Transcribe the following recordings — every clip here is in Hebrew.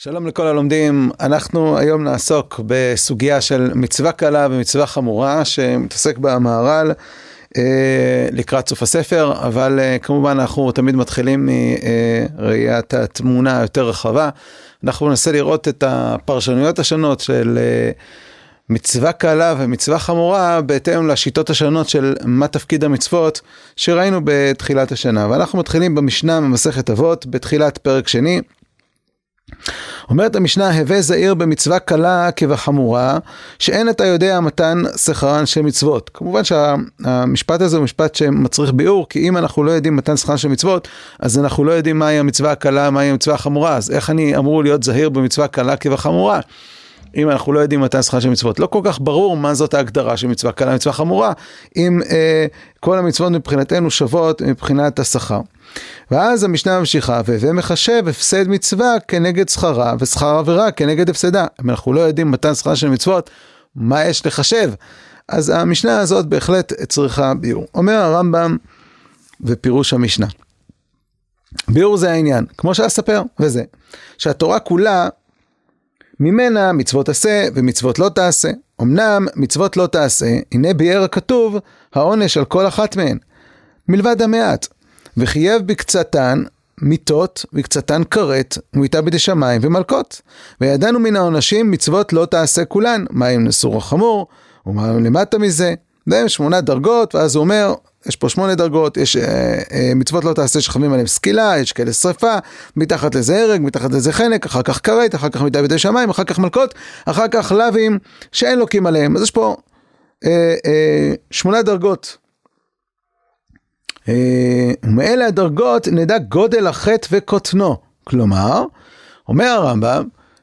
שלום לכל הלומדים, אנחנו היום נעסוק בסוגיה של מצווה קלה ומצווה חמורה שמתעסק במהר"ל לקראת סוף הספר, אבל כמובן אנחנו תמיד מתחילים מראיית התמונה היותר רחבה. אנחנו ננסה לראות את הפרשנויות השונות של מצווה קלה ומצווה חמורה בהתאם לשיטות השונות של מה תפקיד המצוות שראינו בתחילת השנה. ואנחנו מתחילים במשנה ממסכת אבות בתחילת פרק שני. אומרת המשנה, הווה זהיר במצווה קלה כבחמורה, שאין אתה יודע מתן שכרן של מצוות. כמובן שהמשפט הזה הוא משפט שמצריך ביאור, כי אם אנחנו לא יודעים מתן שכרן של מצוות, אז אנחנו לא יודעים מהי המצווה הקלה, מהי המצווה החמורה. אז איך אני אמור להיות זהיר במצווה קלה כבחמורה, אם אנחנו לא יודעים מתן שכרן של מצוות? לא כל כך ברור מה זאת ההגדרה של מצווה קלה ומצווה חמורה, אם כל המצוות מבחינתנו שוות מבחינת השכר. ואז המשנה ממשיכה, ומחשב הפסד מצווה כנגד שכרה, ושכר עבירה כנגד הפסדה. אם אנחנו לא יודעים מתן שכרה של מצוות, מה יש לחשב? אז המשנה הזאת בהחלט צריכה ביאור. אומר הרמב"ם ופירוש המשנה. ביאור זה העניין, כמו שאספר, וזה, שהתורה כולה, ממנה מצוות עשה ומצוות לא תעשה. אמנם מצוות לא תעשה, הנה ביאר הכתוב העונש על כל אחת מהן, מלבד המעט. וחייב בקצתן מיתות וקצתן כרת ומיתה בידי שמיים ומלכות. וידענו מן העונשים מצוות לא תעשה כולן, מים נסור החמור ומים למטה מזה. זה 8 דרגות, ואז הוא אומר, יש פה 8 דרגות, יש מצוות לא תעשה שחבים עליהם סקילה, יש כאלה שריפה, מתחת לזה הרג, מתחת לזה חנק, אחר כך כרת, אחר כך מיתה בידי שמיים, אחר כך מלכות, אחר כך לווים שאין לוקים עליהם. אז יש פה 8 דרגות. ומאלה הדרגות נדע גודל החטא וקוטנו. כלומר, אומר הרמב"ם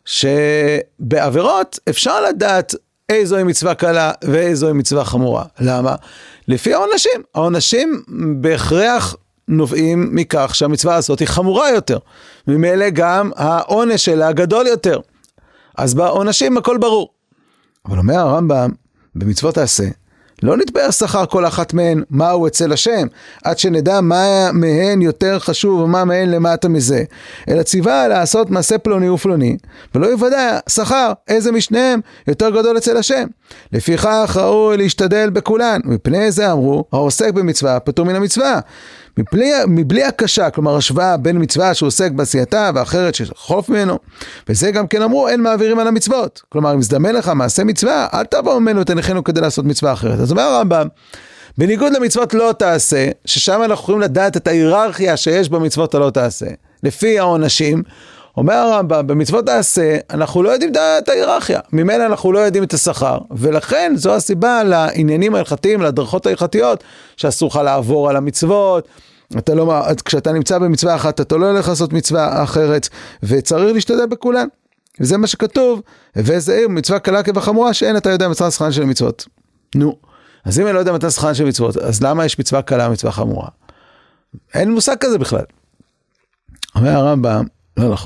שבעבירות אפשר לדעת איזו היא מצווה קלה ואיזו היא מצווה חמורה. למה? לפי העונשים. העונשים בהכרח נובעים מכך שהמצווה הזאת היא חמורה יותר. ממילא גם העונש שלה גדול יותר. אז בעונשים הכל ברור. אבל אומר הרמב"ם, במצוות תעשה, לא נתבאר שכר כל אחת מהן מהו אצל השם, עד שנדע מה מהן יותר חשוב ומה מהן למטה מזה. אלא ציווה לעשות מעשה פלוני ופלוני, ולא יוודע שכר איזה משניהם יותר גדול אצל השם. לפיכך ראוי להשתדל בכולן, מפני זה אמרו, העוסק במצווה פטור מן המצווה. מבלי הקשה, כלומר השוואה בין מצווה שהוא עוסק בעשייתה ואחרת שחוף ממנו. וזה גם כן אמרו, אין מעבירים על המצוות. כלומר, אם מזדמן לך מעשה מצווה, אל תבוא ממנו את עיניכנו כדי לעשות מצווה אחרת. אז אומר הרמב"ם, בניגוד למצוות לא תעשה, ששם אנחנו יכולים לדעת את ההיררכיה שיש במצוות הלא תעשה, לפי העונשים, אומר הרמב"ם, במצוות תעשה, אנחנו לא יודעים את ההיררכיה, ממילא אנחנו לא יודעים את השכר, ולכן זו הסיבה לעניינים ההלכתיים, להדרכות ההלכתיות, שאסור לך לעבור על המצוות, אתה לא, כשאתה נמצא במצווה אחת, אתה לא הולך לעשות מצווה אחרת, וצריך להשתדל בכולן, וזה מה שכתוב, וזה מצווה קלה כבחמורה, שאין אתה יודע מתן שכרן של מצוות. נו, אז אם אני לא יודע מתן שכרן של מצוות, אז למה יש מצווה קלה ומצווה חמורה? אין מושג כזה בכלל. אומר הרמב"ם, לא נכון.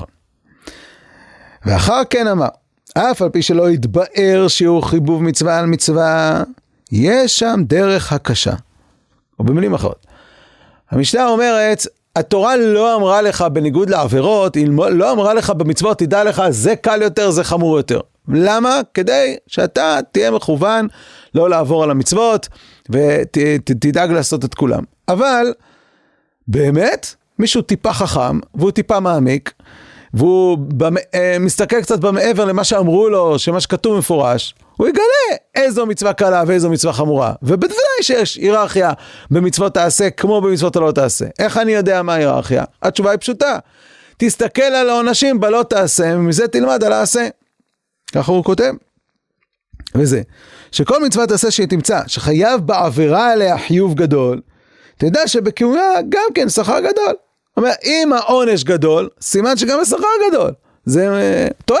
ואחר כן אמר, אף על פי שלא יתבאר שיעור חיבוב מצווה על מצווה, יש שם דרך הקשה. או במילים אחרות. המשנה אומרת, התורה לא אמרה לך בניגוד לעבירות, היא לא אמרה לך במצוות, תדע לך, זה קל יותר, זה חמור יותר. למה? כדי שאתה תהיה מכוון לא לעבור על המצוות, ותדאג לעשות את כולם. אבל, באמת, מישהו טיפה חכם, והוא טיפה מעמיק, והוא מסתכל קצת במעבר למה שאמרו לו, שמה שכתוב מפורש, הוא יגלה איזו מצווה קלה ואיזו מצווה חמורה. ובוודאי שיש היררכיה במצוות תעשה כמו במצוות הלא תעשה. איך אני יודע מה ההיררכיה? התשובה היא פשוטה. תסתכל על העונשים בלא תעשה, ומזה תלמד על העשה. ככה הוא כותב. וזה, שכל מצוות תעשה שהיא תמצא, שחייב בעבירה עליה חיוב גדול, תדע שבקיומה גם כן שכר גדול. אומר, אם העונש גדול, סימן שגם השכר גדול. זה תואם.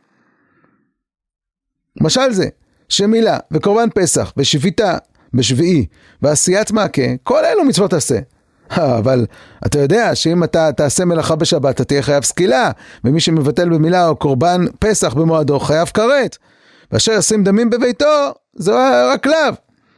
משל זה, שמילה וקורבן פסח ושביתה בשביעי ועשיית מעקה, כל אלו מצוות תעשה. אבל אתה יודע שאם אתה תעשה מלאכה בשבת, אתה תהיה חייב סקילה, ומי שמבטל במילה או קורבן פסח במועדו חייב כרת, ואשר ישים דמים בביתו, זה רק לאו.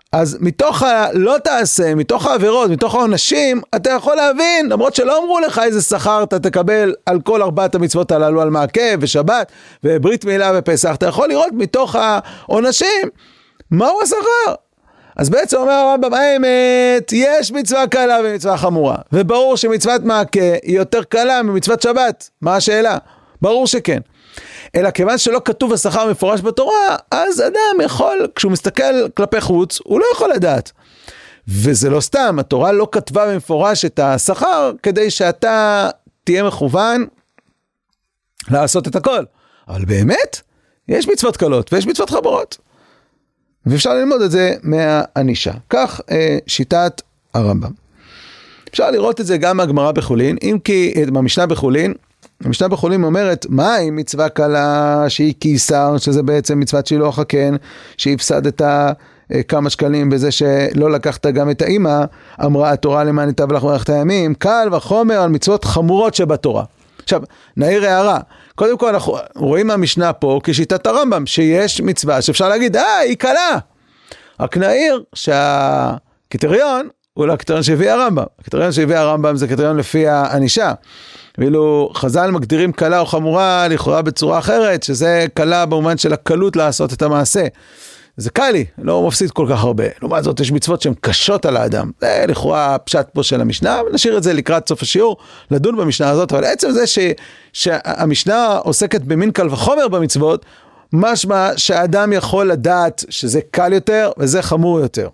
אז מתוך לא תעשה, מתוך העבירות, מתוך העונשים, אתה יכול להבין, למרות שלא אמרו לך איזה שכר אתה תקבל על כל 4 המצוות הללו, על מעקב ושבת וברית מילה ופסח, אתה יכול לראות מתוך העונשים, מהו השכר? אז בעצם אומר הרמב"ם, האמת, יש מצווה קלה ומצווה חמורה, וברור שמצוות מעקה היא יותר קלה ממצוות שבת, מה השאלה? ברור שכן. אלא כיוון שלא כתוב השכר מפורש בתורה, אז אדם יכול, כשהוא מסתכל כלפי חוץ, הוא לא יכול לדעת. וזה לא סתם, התורה לא כתבה במפורש את השכר, כדי שאתה תהיה מכוון לעשות את הכל. אבל באמת, יש מצוות קלות ויש מצוות חמורות. ואפשר ללמוד את זה מהענישה. כך שיטת הרמב"ם. אפשר לראות את זה גם מהגמרא בחולין, אם כי במשנה בחולין, המשנה בחולין אומרת, מה היא מצווה קלה שהיא קיסר, שזה בעצם מצוות שילוח הקן, שהפסדת כמה שקלים בזה שלא לקחת גם את האמא, אמרה התורה למען ייטב לך במלאכת הימים, קל וחומר על מצוות חמורות שבתורה. עכשיו, נעיר הערה, קודם כל אנחנו רואים מהמשנה פה כשיטת הרמב"ם, שיש מצווה שאפשר להגיד, היא קלה. רק נעיר שהקריטריון הוא לא הקריטריון שהביא הרמב"ם. הקריטריון שהביא הרמב"ם זה קריטריון לפי הענישה. ואילו חז"ל מגדירים קלה או חמורה לכאורה בצורה אחרת, שזה קלה במובן של הקלות לעשות את המעשה. זה קל לי, לא מפסיד כל כך הרבה. לעומת זאת, יש מצוות שהן קשות על האדם. זה לכאורה הפשט פה של המשנה, ונשאיר את זה לקראת סוף השיעור, לדון במשנה הזאת, אבל עצם זה שהמשנה עוסקת במין קל וחומר במצוות, משמע שהאדם יכול לדעת שזה קל יותר וזה חמור יותר.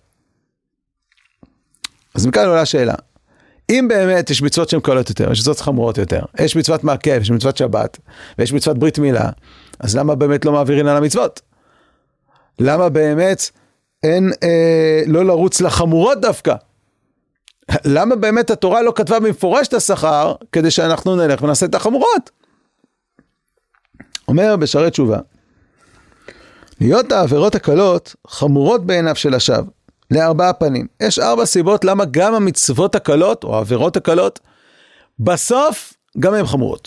אז מכאן עולה השאלה. אם באמת יש מצוות שהן קלות יותר, יש מצוות חמורות יותר, יש מצוות מעקב, יש מצוות שבת, ויש מצוות ברית מילה, אז למה באמת לא מעבירים על המצוות? למה באמת אין לא לרוץ לחמורות דווקא? למה באמת התורה לא כתבה במפורש את השכר, כדי שאנחנו נלך ונעשה את החמורות? אומר בשערי תשובה, להיות העבירות הקלות חמורות בעיניו של השווא, ל4 פנים. יש 4 סיבות למה גם המצוות הקלות, או העבירות הקלות, בסוף גם הן חמורות.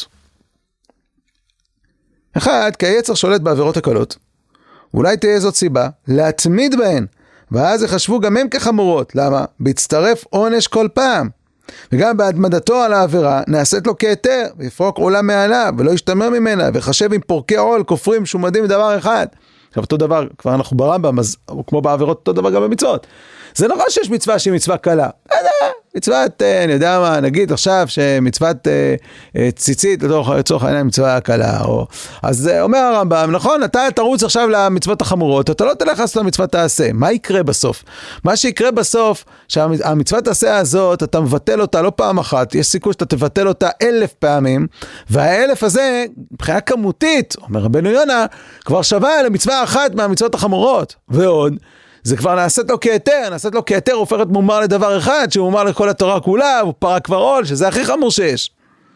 1, כי היצר שולט בעבירות הקלות. אולי תהיה זאת סיבה להתמיד בהן, ואז יחשבו גם הם כחמורות. למה? בהצטרף עונש כל פעם. וגם בהתמדתו על העבירה, נעשית לו כהיתר, ויפרוק עולה מעליו, ולא ישתמר ממנה, וחשב עם פורקי עול, כופרים, שומדים דבר אחד. עכשיו אותו דבר, כבר אנחנו ברמב"ם, אז כמו בעבירות אותו דבר גם במצוות. זה נכון שיש מצווה שהיא מצווה קלה. מצוות, אני יודע מה, נגיד עכשיו שמצוות ציצית, לצורך העניין מצווה קלה. אז אומר הרמב"ם, נכון, אתה תרוץ עכשיו למצוות החמורות, אתה לא תלך לעשות למצוות תעשה. מה יקרה בסוף? מה שיקרה בסוף, שהמצוות תעשה הזאת, אתה מבטל אותה לא פעם אחת, יש סיכוי שאתה תבטל אותה 1000 פעמים, וה1000 הזה, מבחינה כמותית, אומר רבנו יונה, כבר שווה למצווה אחת מהמצוות החמורות. ועוד, זה כבר נעשית לו כהיתר, הוא הופך את מומר לדבר אחד, שהוא מומר לכל התורה כולה, הוא פרק כבר עול, שזה הכי חמור שיש.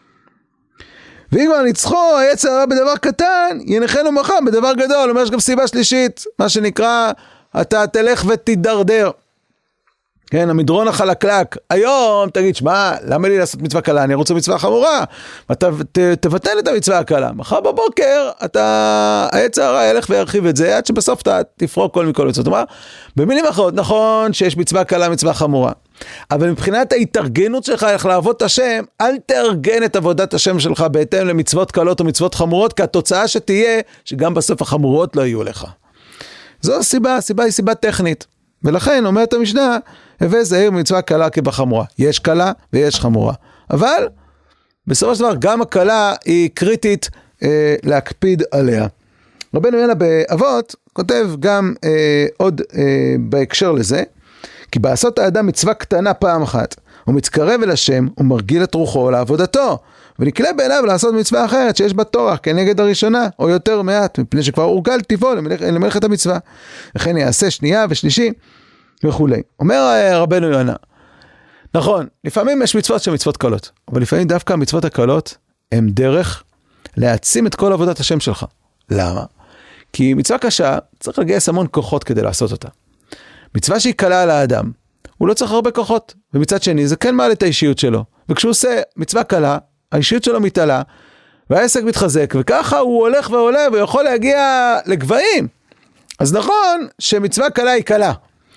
ואם כבר ניצחו, היצר הרע בדבר קטן, ינחנו מחר בדבר גדול. אומר, יש גם סיבה שלישית, מה שנקרא, אתה תלך ותידרדר. כן, המדרון החלקלק. היום תגיד, שמה, למה לי לעשות מצווה קלה? אני רוצה מצווה חמורה. ואתה תבטל את המצווה הקלה. מחר בבוקר, היצר הרע ילך וירחיב את זה, עד שבסוף אתה תפרוק כל מכל מצוות. כלומר, במילים אחרות, נכון שיש מצווה קלה, מצווה חמורה. אבל מבחינת ההתארגנות שלך, איך לעבוד את השם, אל תארגן את עבודת השם שלך בהתאם למצוות קלות או מצוות חמורות, כי התוצאה שתהיה, שגם בסוף החמורות לא יהיו לך. זו הסיבה היא סיבה טכנית. ולכן אומרת המשנה, הווה זהיר מצווה קלה כבחמורה. יש קלה ויש חמורה. אבל בסופו של דבר גם הקלה היא קריטית להקפיד עליה. רבנו יונה באבות כותב גם עוד בהקשר לזה, כי בעשות האדם מצווה קטנה פעם אחת, הוא מתקרב אל השם ומרגיל את רוחו לעבודתו, ונקלה בעיניו לעשות מצווה אחרת שיש בה טורח כנגד הראשונה, או יותר מעט, מפני שכבר הורגל טיבו למלאכת המצווה. וכן יעשה שנייה ושלישי וכולי. אומר רבנו יונה, נכון, לפעמים יש מצוות שהן מצוות קלות, אבל לפעמים דווקא המצוות הקלות הן דרך להעצים את כל עבודת השם שלך. למה? כי מצווה קשה צריך לגייס המון כוחות כדי לעשות אותה. מצווה שהיא קלה על האדם, הוא לא צריך הרבה כוחות, ומצד שני זה כן מעלה את האישיות שלו. וכשהוא עושה מצווה קלה, האישיות שלו מתעלה, והעסק מתחזק, וככה הוא הולך ועולה, ויכול להגיע לגבהים. אז נכון שמצווה קלה היא קלה,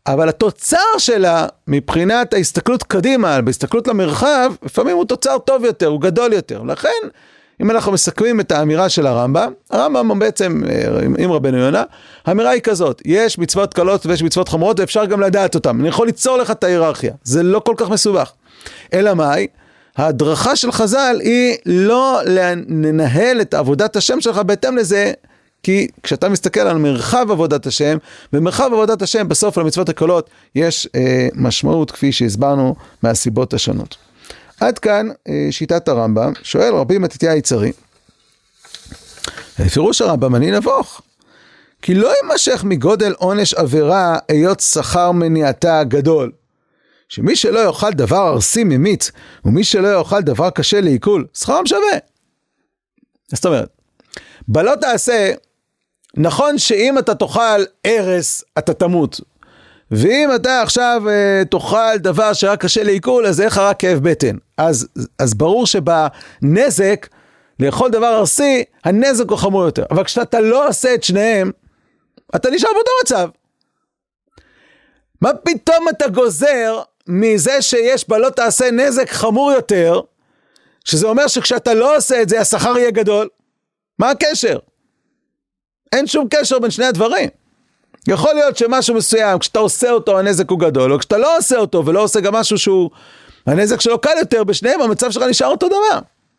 אבל התוצר שלה, מבחינת ההסתכלות קדימה, בהסתכלות למרחב, לפעמים הוא תוצר טוב יותר, הוא גדול יותר. לכן, אם אנחנו מסכמים את האמירה של הרמב"ם בעצם, עם רבנו יונה, האמירה היא כזאת, יש מצוות קלות ויש מצוות חמורות, ואפשר גם לדעת אותם. אני יכול ליצור לך את ההיררכיה, זה לא כל כך מסובך. אלא מאי? ההדרכה של חז"ל היא לא לנהל את עבודת השם שלך בהתאם לזה, כי כשאתה מסתכל על מרחב עבודת השם, במרחב עבודת השם בסוף למצוות הקלות יש משמעות כפי שהסברנו מהסיבות השונות. עד כאן שיטת הרמב"ם. שואל רבי מתתיהו היצרי, פירוש הרמב"ם אני נבוך, כי לא יימשך מגודל עונש עבירה היות שכר מניעתה גדול, שמי שלא יאכל דבר ארסי ממית, ומי שלא יאכל דבר קשה לעיכול, שכרם שווה. זאת אומרת, בלא תעשה, נכון שאם אתה תאכל ארס, אתה תמות. ואם אתה עכשיו תאכל דבר שרק קשה לעיכול, אז איך רק כאב בטן. אז ברור שבנזק, לאכול דבר ארסי, הנזק הוא חמור יותר. אבל כשאתה לא עושה את שניהם, אתה נשאר באותו מצב. מה פתאום אתה גוזר מזה שיש בלא תעשה נזק חמור יותר, שזה אומר שכשאתה לא עושה את זה, השכר יהיה גדול? מה הקשר? אין שום קשר בין שני הדברים. יכול להיות שמשהו מסוים, כשאתה עושה אותו, הנזק הוא גדול, או כשאתה לא עושה אותו, ולא עושה גם משהו שהוא, הנזק שלו קל יותר, בשניהם המצב שלך נשאר אותו דבר.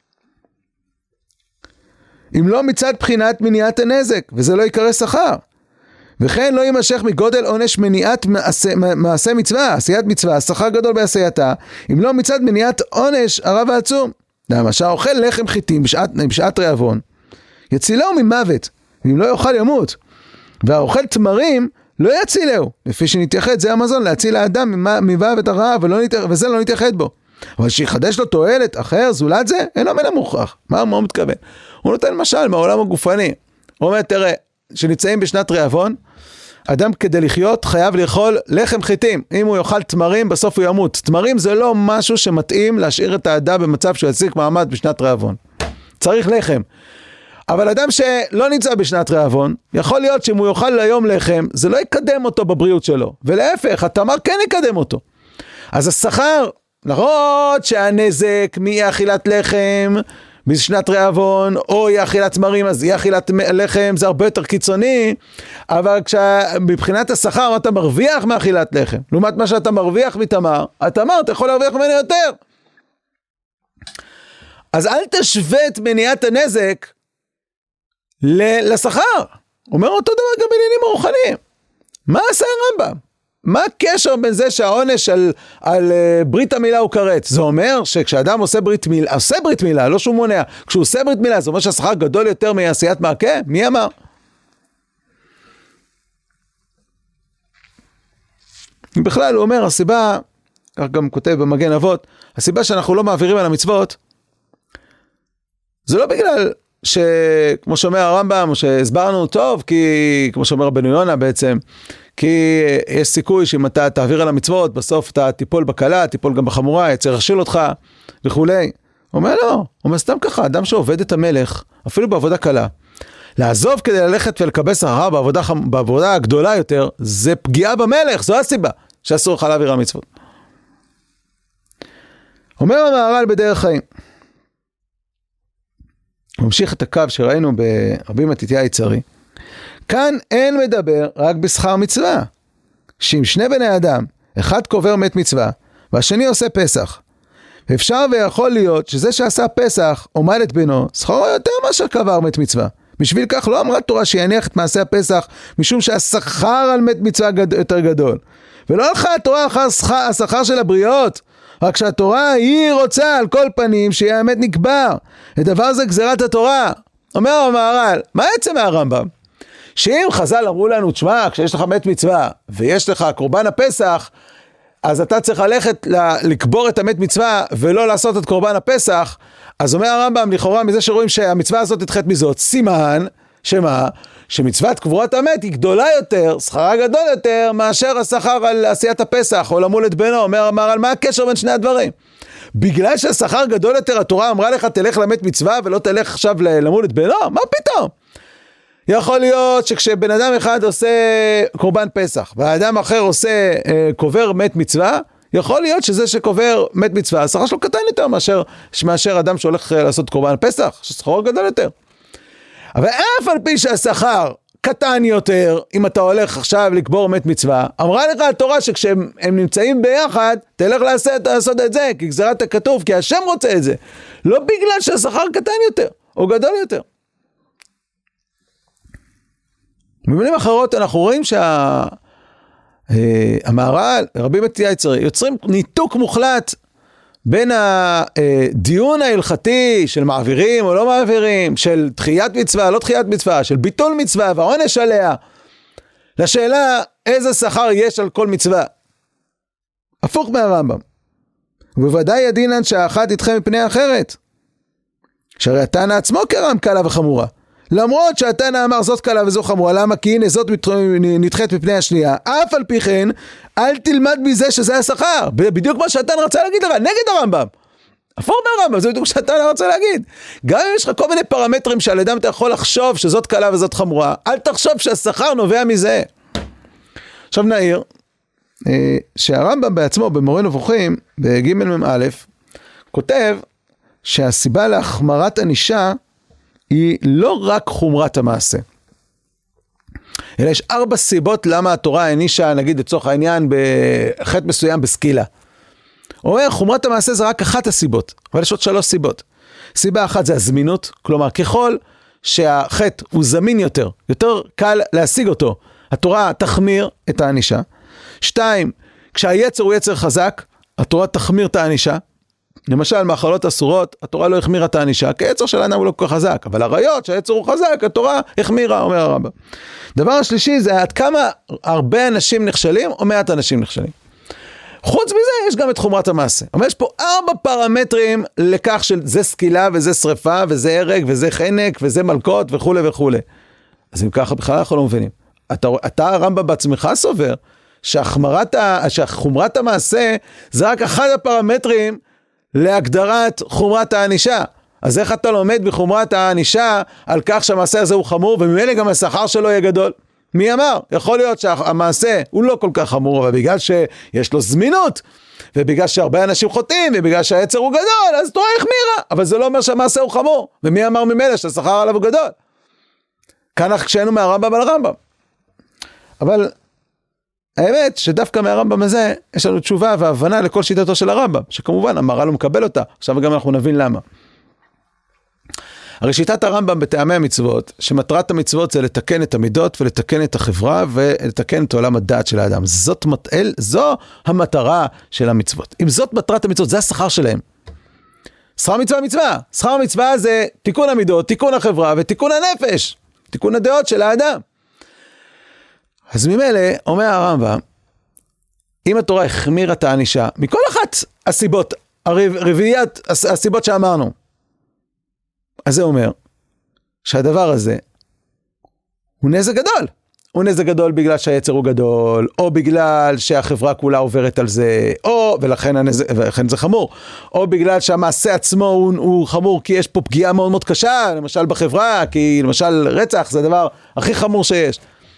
אם לא מצד בחינת מניעת הנזק, וזה לא יקרא שכר. וכן לא יימשך מגודל עונש מניעת מעשה מצווה, עשיית מצווה, שכר גדול בעשייתה, אם לא מצד מניעת עונש הרב העצום. למה? שהאוכל לחם חיטים בשעת רעבון, יצילהו ממוות, ואם לא יאכל ימות. והאוכל תמרים לא יצילהו, לפי שנתייחד זה המזון, להציל האדם ממוות הרעב, וזה לא נתייחד בו. אבל שיחדש לו תועלת אחר, זולת זה, אינו מן המוכרח. מה הוא מתכוון? הוא נותן משל מהעולם הגופני. הוא אומר, תראה, שנמצאים בשנת רעבון, אדם כדי לחיות חייב לאכול לחם חיטים. אם הוא יאכל תמרים, בסוף הוא ימות. תמרים זה לא משהו שמתאים להשאיר את האדם במצב שהוא יציג מעמד בשנת רעבון. צריך לחם. אבל אדם שלא נמצא בשנת רעבון, יכול להיות שאם הוא יאכל היום לחם, זה לא יקדם אותו בבריאות שלו. ולהפך, התמר כן יקדם אותו. אז השכר, למרות שהנזק מאי אכילת לחם בשנת רעבון, או אי אכילת תמרים, אז אי אכילת לחם זה הרבה יותר קיצוני, אבל מבחינת השכר, אתה מרוויח מאכילת לחם. לעומת מה שאתה מרוויח מתמר, התמר אתה יכול להרוויח ממנו יותר. אז אל תשווה את מניעת הנזק לשכר. אומר אותו דבר גם בעניינים הרוחניים. מה עשה הרמב"ם? מה הקשר בין זה שהעונש על ברית המילה הוא כרת? זה אומר שכשאדם עושה ברית מילה, לא שהוא מונע, כשהוא עושה ברית מילה, זה אומר שהשכר גדול יותר מעשיית מעקה? מי אמר? בכלל הוא אומר, הסיבה, כך גם כותב במגן אבות, הסיבה שאנחנו לא מעבירים על המצוות, זה לא בגלל שכמו שאומר הרמב"ם, או שהסברנו טוב, כי כמו שאומר רבנו יונה בעצם, כי יש סיכוי שאם אתה תעביר על המצוות, בסוף אתה תיפול בקלה, תיפול גם בחמורה, יצא רשיל אותך וכולי. הוא אומר לא, הוא אומר סתם ככה, אדם שעובד את המלך, אפילו בעבודה קלה, לעזוב כדי ללכת ולקבל שכר בעבודה הגדולה יותר, זה פגיעה במלך, זו הסיבה שאסור לך להעביר על המצוות. אומר המהר"ל בדרך חיים, הוא ממשיך את הקו שראינו ברבי מתתיהו היצרי, כאן אין מדבר רק בשכר מצווה, שאם שני בני אדם, אחד קובר מת מצווה, והשני עושה פסח, אפשר ויכול להיות שזה שעשה פסח, עומד את בנו, שכרו יותר מאשר קבר מת מצווה. בשביל כך לא אמרה תורה שיניח את מעשה הפסח, משום שהשכר על מת מצווה יותר גדול. ולא הלכה התורה אחר השכר של הבריות, רק שהתורה היא רוצה על כל פנים שיהיה האמת נקבר. הדבר זה גזירת התורה. אומר המהר"ל, מה יצא מהרמב"ם? שאם חז"ל אמרו לנו, תשמע, כשיש לך מת מצווה ויש לך קורבן הפסח, אז אתה צריך ללכת לקבור את המת מצווה ולא לעשות את קורבן הפסח. אז אומר הרמב"ם, לכאורה מזה שרואים שהמצווה הזאת נדחית מזאת, סימן שמה? שמצוות קבורת המת היא גדולה יותר, שכרה גדול יותר, מאשר השכר על עשיית הפסח, או למול את בנו. אומר המהר"ל, מה הקשר בין שני הדברים? בגלל שהשכר גדול יותר, התורה אמרה לך, תלך למת מצווה, ולא תלך עכשיו למול את בנו? מה פתאום? יכול להיות שכשבן אדם אחד עושה קורבן פסח, והאדם אחר עושה קובר מת מצווה, יכול להיות שזה שקובר מת מצווה, השכר שלו קטן יותר מאשר אדם שהולך לעשות קורבן פסח, ששכרו גדול יותר. אבל אף על פי שהשכר קטן יותר, אם אתה הולך עכשיו לקבור מת מצווה, אמרה לך התורה שכשהם נמצאים ביחד, תלך לעשות את זה, כי גזירת הכתוב, כי השם רוצה את זה. לא בגלל שהשכר קטן יותר, או גדול יותר. במילים אחרות אנחנו רואים שהמהר"ל, רבי מתתיהו יוצרים ניתוק מוחלט בין הדיון ההלכתי של מעבירים או לא מעבירים, של דחיית מצווה, לא דחיית מצווה, של ביטול מצווה והעונש עליה, לשאלה איזה שכר יש על כל מצווה. הפוך מהרמב"ם. ובוודאי הדינן שהאחת ידחה מפני האחרת. שהרי התנא עצמו קרא קלה וחמורה. למרות שהתנא אמר זאת קלה וזו חמורה, למה? כי הנה זאת נדחית מפני השנייה. אף על פי כן, אל תלמד מזה שזה השכר. בדיוק מה שהתנא רצה להגיד לך, נגד הרמב"ם. הפוך מהרמב"ם, זה בדיוק שהתנא רצה להגיד. גם אם יש לך כל מיני פרמטרים שעל ידם אתה יכול לחשוב שזאת קלה וזאת חמורה, אל תחשוב שהשכר נובע מזה. עכשיו נעיר, שהרמב"ם בעצמו במורה נבוכים, בג' מ"א, כותב שהסיבה להחמרת ענישה היא לא רק חומרת המעשה. אלא יש 4 סיבות למה התורה הענישה, נגיד לצורך העניין, בחטא מסוים בסקילה. הוא אומר, חומרת המעשה זה רק אחת הסיבות, אבל יש עוד 3 סיבות. סיבה אחת זה הזמינות, כלומר, ככל שהחטא הוא זמין יותר, יותר קל להשיג אותו, התורה תחמיר את הענישה. 2, כשהיצר הוא יצר חזק, התורה תחמיר את הענישה. למשל, מאכלות אסורות, התורה לא החמירה את הענישה, כי היצר של האדם הוא לא כל כך חזק, אבל הראיות שהיצר הוא חזק, התורה החמירה, אומר הרמב"ם. דבר השלישי זה עד כמה הרבה אנשים נכשלים, או מעט אנשים נכשלים. חוץ מזה, יש גם את חומרת המעשה. אבל יש פה 4 פרמטרים לכך של זה סקילה, וזה שריפה, וזה הרג, וזה חנק, וזה מלכות, וכו' וכו'. אז אם ככה, בכלל אנחנו לא מבינים. אתה הרמב"ם בעצמך סובר, שחומרת המעשה, זה רק אחד הפרמטרים להגדרת חומרת הענישה. אז איך אתה לומד בחומרת הענישה על כך שהמעשה הזה הוא חמור, וממילא גם השכר שלו יהיה גדול? מי אמר? יכול להיות שהמעשה הוא לא כל כך חמור, אבל בגלל שיש לו זמינות, ובגלל שהרבה אנשים חוטאים, ובגלל שהיצר הוא גדול, אז תורה החמירה. אבל זה לא אומר שהמעשה הוא חמור. ומי אמר ממילא שהשכר עליו הוא גדול? כאן כשהיינו מהרמב"ם על הרמב"ם. אבל האמת שדווקא מהרמב"ם הזה יש לנו תשובה והבנה לכל שיטתו של הרמב"ם, שכמובן המהר"ל לא מקבל אותה, עכשיו גם אנחנו נבין למה. הרי שיטת הרמב"ם בטעמי המצוות, שמטרת המצוות זה לתקן את המידות ולתקן את החברה ולתקן את עולם הדעת של האדם. זו המטרה של המצוות. אם זאת מטרת המצוות, זה השכר שלהם. שכר מצווה מצווה. שכר מצווה זה תיקון המידות, תיקון החברה ותיקון הנפש, תיקון הדעות של האדם. אז ממילא, אומר הרמב"ם, אם התורה החמירה את הענישה, מכל אחת הסיבות, רביעיית הסיבות שאמרנו, אז זה אומר שהדבר הזה הוא נזק גדול. הוא נזק גדול בגלל שהיצר הוא גדול, או בגלל שהחברה כולה עוברת על זה, או, ולכן זה חמור, או בגלל שהמעשה עצמו הוא חמור, כי יש פה פגיעה מאוד מאוד קשה, למשל בחברה, כי למשל רצח זה הדבר הכי חמור שיש.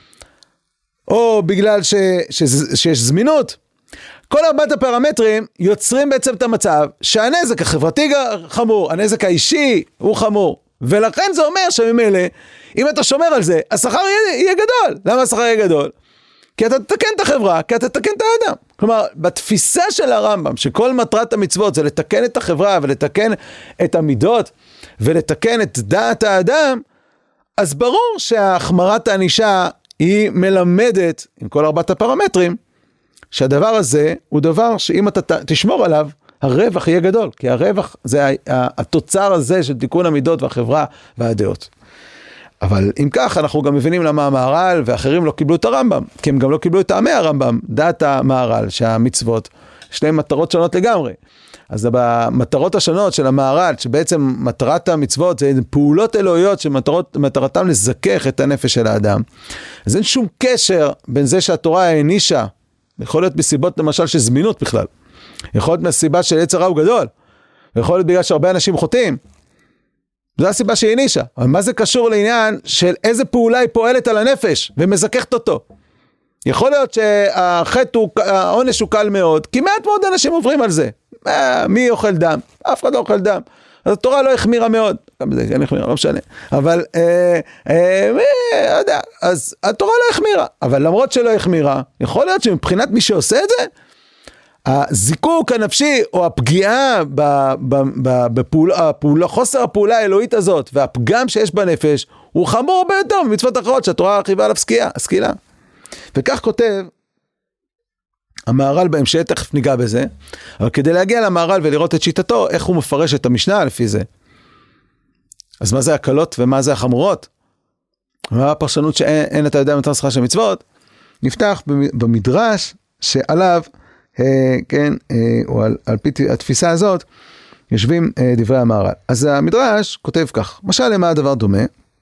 או בגלל שיש זמינות. כל 4 הפרמטרים יוצרים בעצם את המצב שהנזק החברתי חמור, הנזק האישי הוא חמור. ולכן זה אומר שממילא, אם אתה שומר על זה, השכר יהיה גדול. למה השכר יהיה גדול? כי אתה תתקן את החברה, כי אתה תתקן את האדם. כלומר, בתפיסה של הרמב"ם, שכל מטרת המצוות זה לתקן את החברה ולתקן את המידות ולתקן את דעת האדם, אז ברור שהחמרת הענישה היא מלמדת, עם כל 4 הפרמטרים, שהדבר הזה הוא דבר שאם אתה תשמור עליו, הרווח יהיה גדול, כי הרווח זה התוצר הזה של תיקון המידות והחברה והדעות. אבל אם כך, אנחנו גם מבינים למה המהר"ל ואחרים לא קיבלו את הרמב"ם, כי הם גם לא קיבלו את טעמי הרמב"ם, דעת המהר"ל, שהמצוות, יש להם מטרות שונות לגמרי. אז במטרות השונות של המהר"ל, שבעצם מטרת המצוות זה פעולות אלוהיות שמטרתם לזכך את הנפש של האדם. אז אין שום קשר בין זה שהתורה הענישה, יכול להיות מסיבות למשל של זמינות בכלל, יכול להיות מהסיבה של יצר רע הוא גדול, יכול להיות בגלל שהרבה אנשים חוטאים, זו הסיבה שהיא נישה. אבל מה זה קשור לעניין של איזה פעולה היא פועלת על הנפש ומזככת אותו? יכול להיות העונש הוא קל מאוד, כי מעט מאוד אנשים עוברים על זה. מי אוכל דם? אף אחד לא אוכל דם. אז התורה לא החמירה מאוד, גם זה כן החמירה, לא משנה. אבל, אז התורה לא החמירה. אבל למרות שלא החמירה, יכול להיות שמבחינת מי שעושה את זה, הזיקוק הנפשי או הפגיעה חוסר הפעולה האלוהית הזאת, והפגם שיש בנפש, הוא חמור הרבה יותר ממצוות אחרות שהתורה חייבה עליו סקילה. וכך כותב המהר"ל בהמשך, תכף ניגע בזה, אבל כדי להגיע למהר"ל ולראות את שיטתו, איך הוא מפרש את המשנה לפי זה. אז מה זה הקלות ומה זה החמורות? מה הפרשנות שאין אתה יודע מטר שכר של מצוות? נפתח במדרש שעליו, כן, או על פי התפיסה הזאת, יושבים דברי המהר"ל. אז המדרש כותב כך, משל למה הדבר דומה?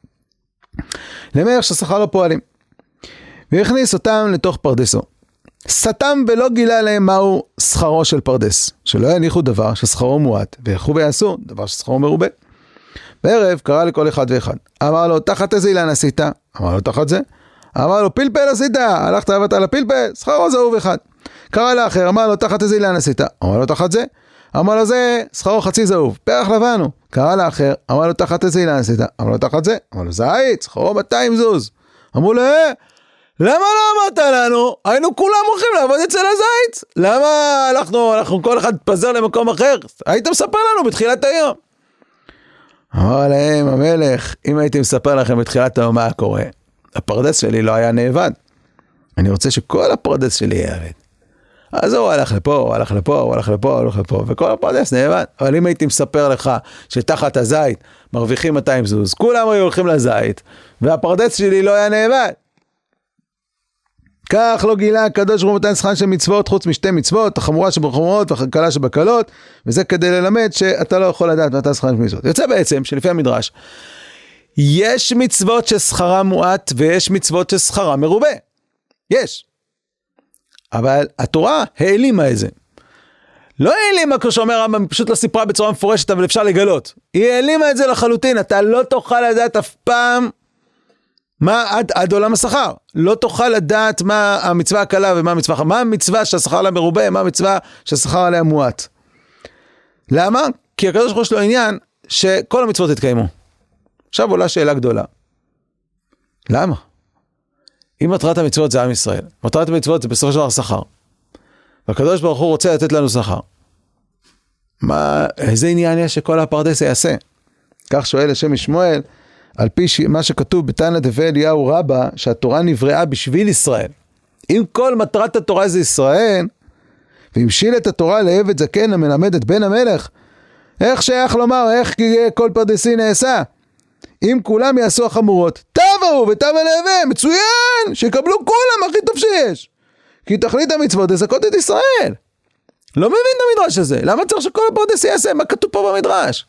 למלך ששכר לו פועלים, והכניס אותם לתוך פרדסו. סתם ולא גילה להם מהו שכרו של פרדס, שלא יניחו דבר ששכרו מועט, וילכו ויעשו דבר ששכרו מרובה. בערב קרא לכל אחד ואחד, אמר לו תחת איזה אילן עשית? אמר לו תחת זה. אמר לו פלפל עשית, הלכת עבדת על הפלפל, שכרו זהוב אחד. קרא לאחר, אמר לו תחת איזה אילן עשית? אמר לו תחת זה. אמר לו זה, שכרו חצי זהוב, פרח לבן הוא. קרא לאחר, אמר לו תחת איזה אילן עשית? אמר לו תחת זה. אמר לו זית, שכרו 200 זוז. אמרו לו למה לא אמרת לנו? היינו כולם הולכים לעבוד אצל הזית. למה אנחנו כל אחד פזר למקום אחר? היית מספר לנו בתחילת היום. אמר להם המלך, אם הייתי מספר לכם בתחילת היום מה קורה, הפרדס שלי לא היה נאבד. אני רוצה שכל הפרדס שלי יהיה עבד. אז הוא הלך לפה, הוא הלך לפה, הוא הלך לפה, הוא הלך לפה, וכל הפרדס נאבד. אבל אם הייתי מספר לך שתחת הזית מרוויחים 200 זוז, כולם היו הולכים לזית, והפרדס שלי לא היה נאבד. כך לא גילה הקדוש ברוך הוא מתן שכרן של מצוות חוץ משתי מצוות, החמורה שבחמורות והקלה שבקלות, וזה כדי ללמד שאתה לא יכול לדעת מתן שכרן של מצוות. יוצא בעצם שלפי המדרש, יש מצוות ששכרה מועט ויש מצוות ששכרה מרובה. יש. אבל התורה העלימה את זה. לא העלימה כמו שאומר הרמב"ם, פשוט לא סיפרה בצורה מפורשת, אבל אפשר לגלות. היא העלימה את זה לחלוטין, אתה לא תוכל לדעת אף פעם מה עד עולם השכר. לא תוכל לדעת מה המצווה הקלה ומה המצווה, מה המצווה שהשכר עליה מרובה, מה המצווה שהשכר עליה מועט. למה? כי הקדוש ברוך הוא יש לו עניין שכל המצוות יתקיימו. עכשיו עולה שאלה גדולה. למה? אם מטרת המצוות זה עם ישראל, מטרת המצוות זה בסופו של דבר שכר. והקדוש ברוך הוא רוצה לתת לנו שכר. איזה עניין יש שכל הפרדס יעשה? כך שואל השם משמואל, על פי מה שכתוב בתנא דבי אליהו רבה, שהתורה נבראה בשביל ישראל. אם כל מטרת התורה זה ישראל, והמשיל את התורה לעבד זקן המלמד את בן המלך, איך שייך לומר, איך כל פרדסי נעשה? אם כולם יעשו החמורות, תבואו ותבוא להווה, מצוין, שיקבלו כולם הכי טוב שיש. כי תכלית המצוות לזכות את ישראל. לא מבין את המדרש הזה, למה צריך שכל הפרדסי יעשה? מה כתוב פה במדרש?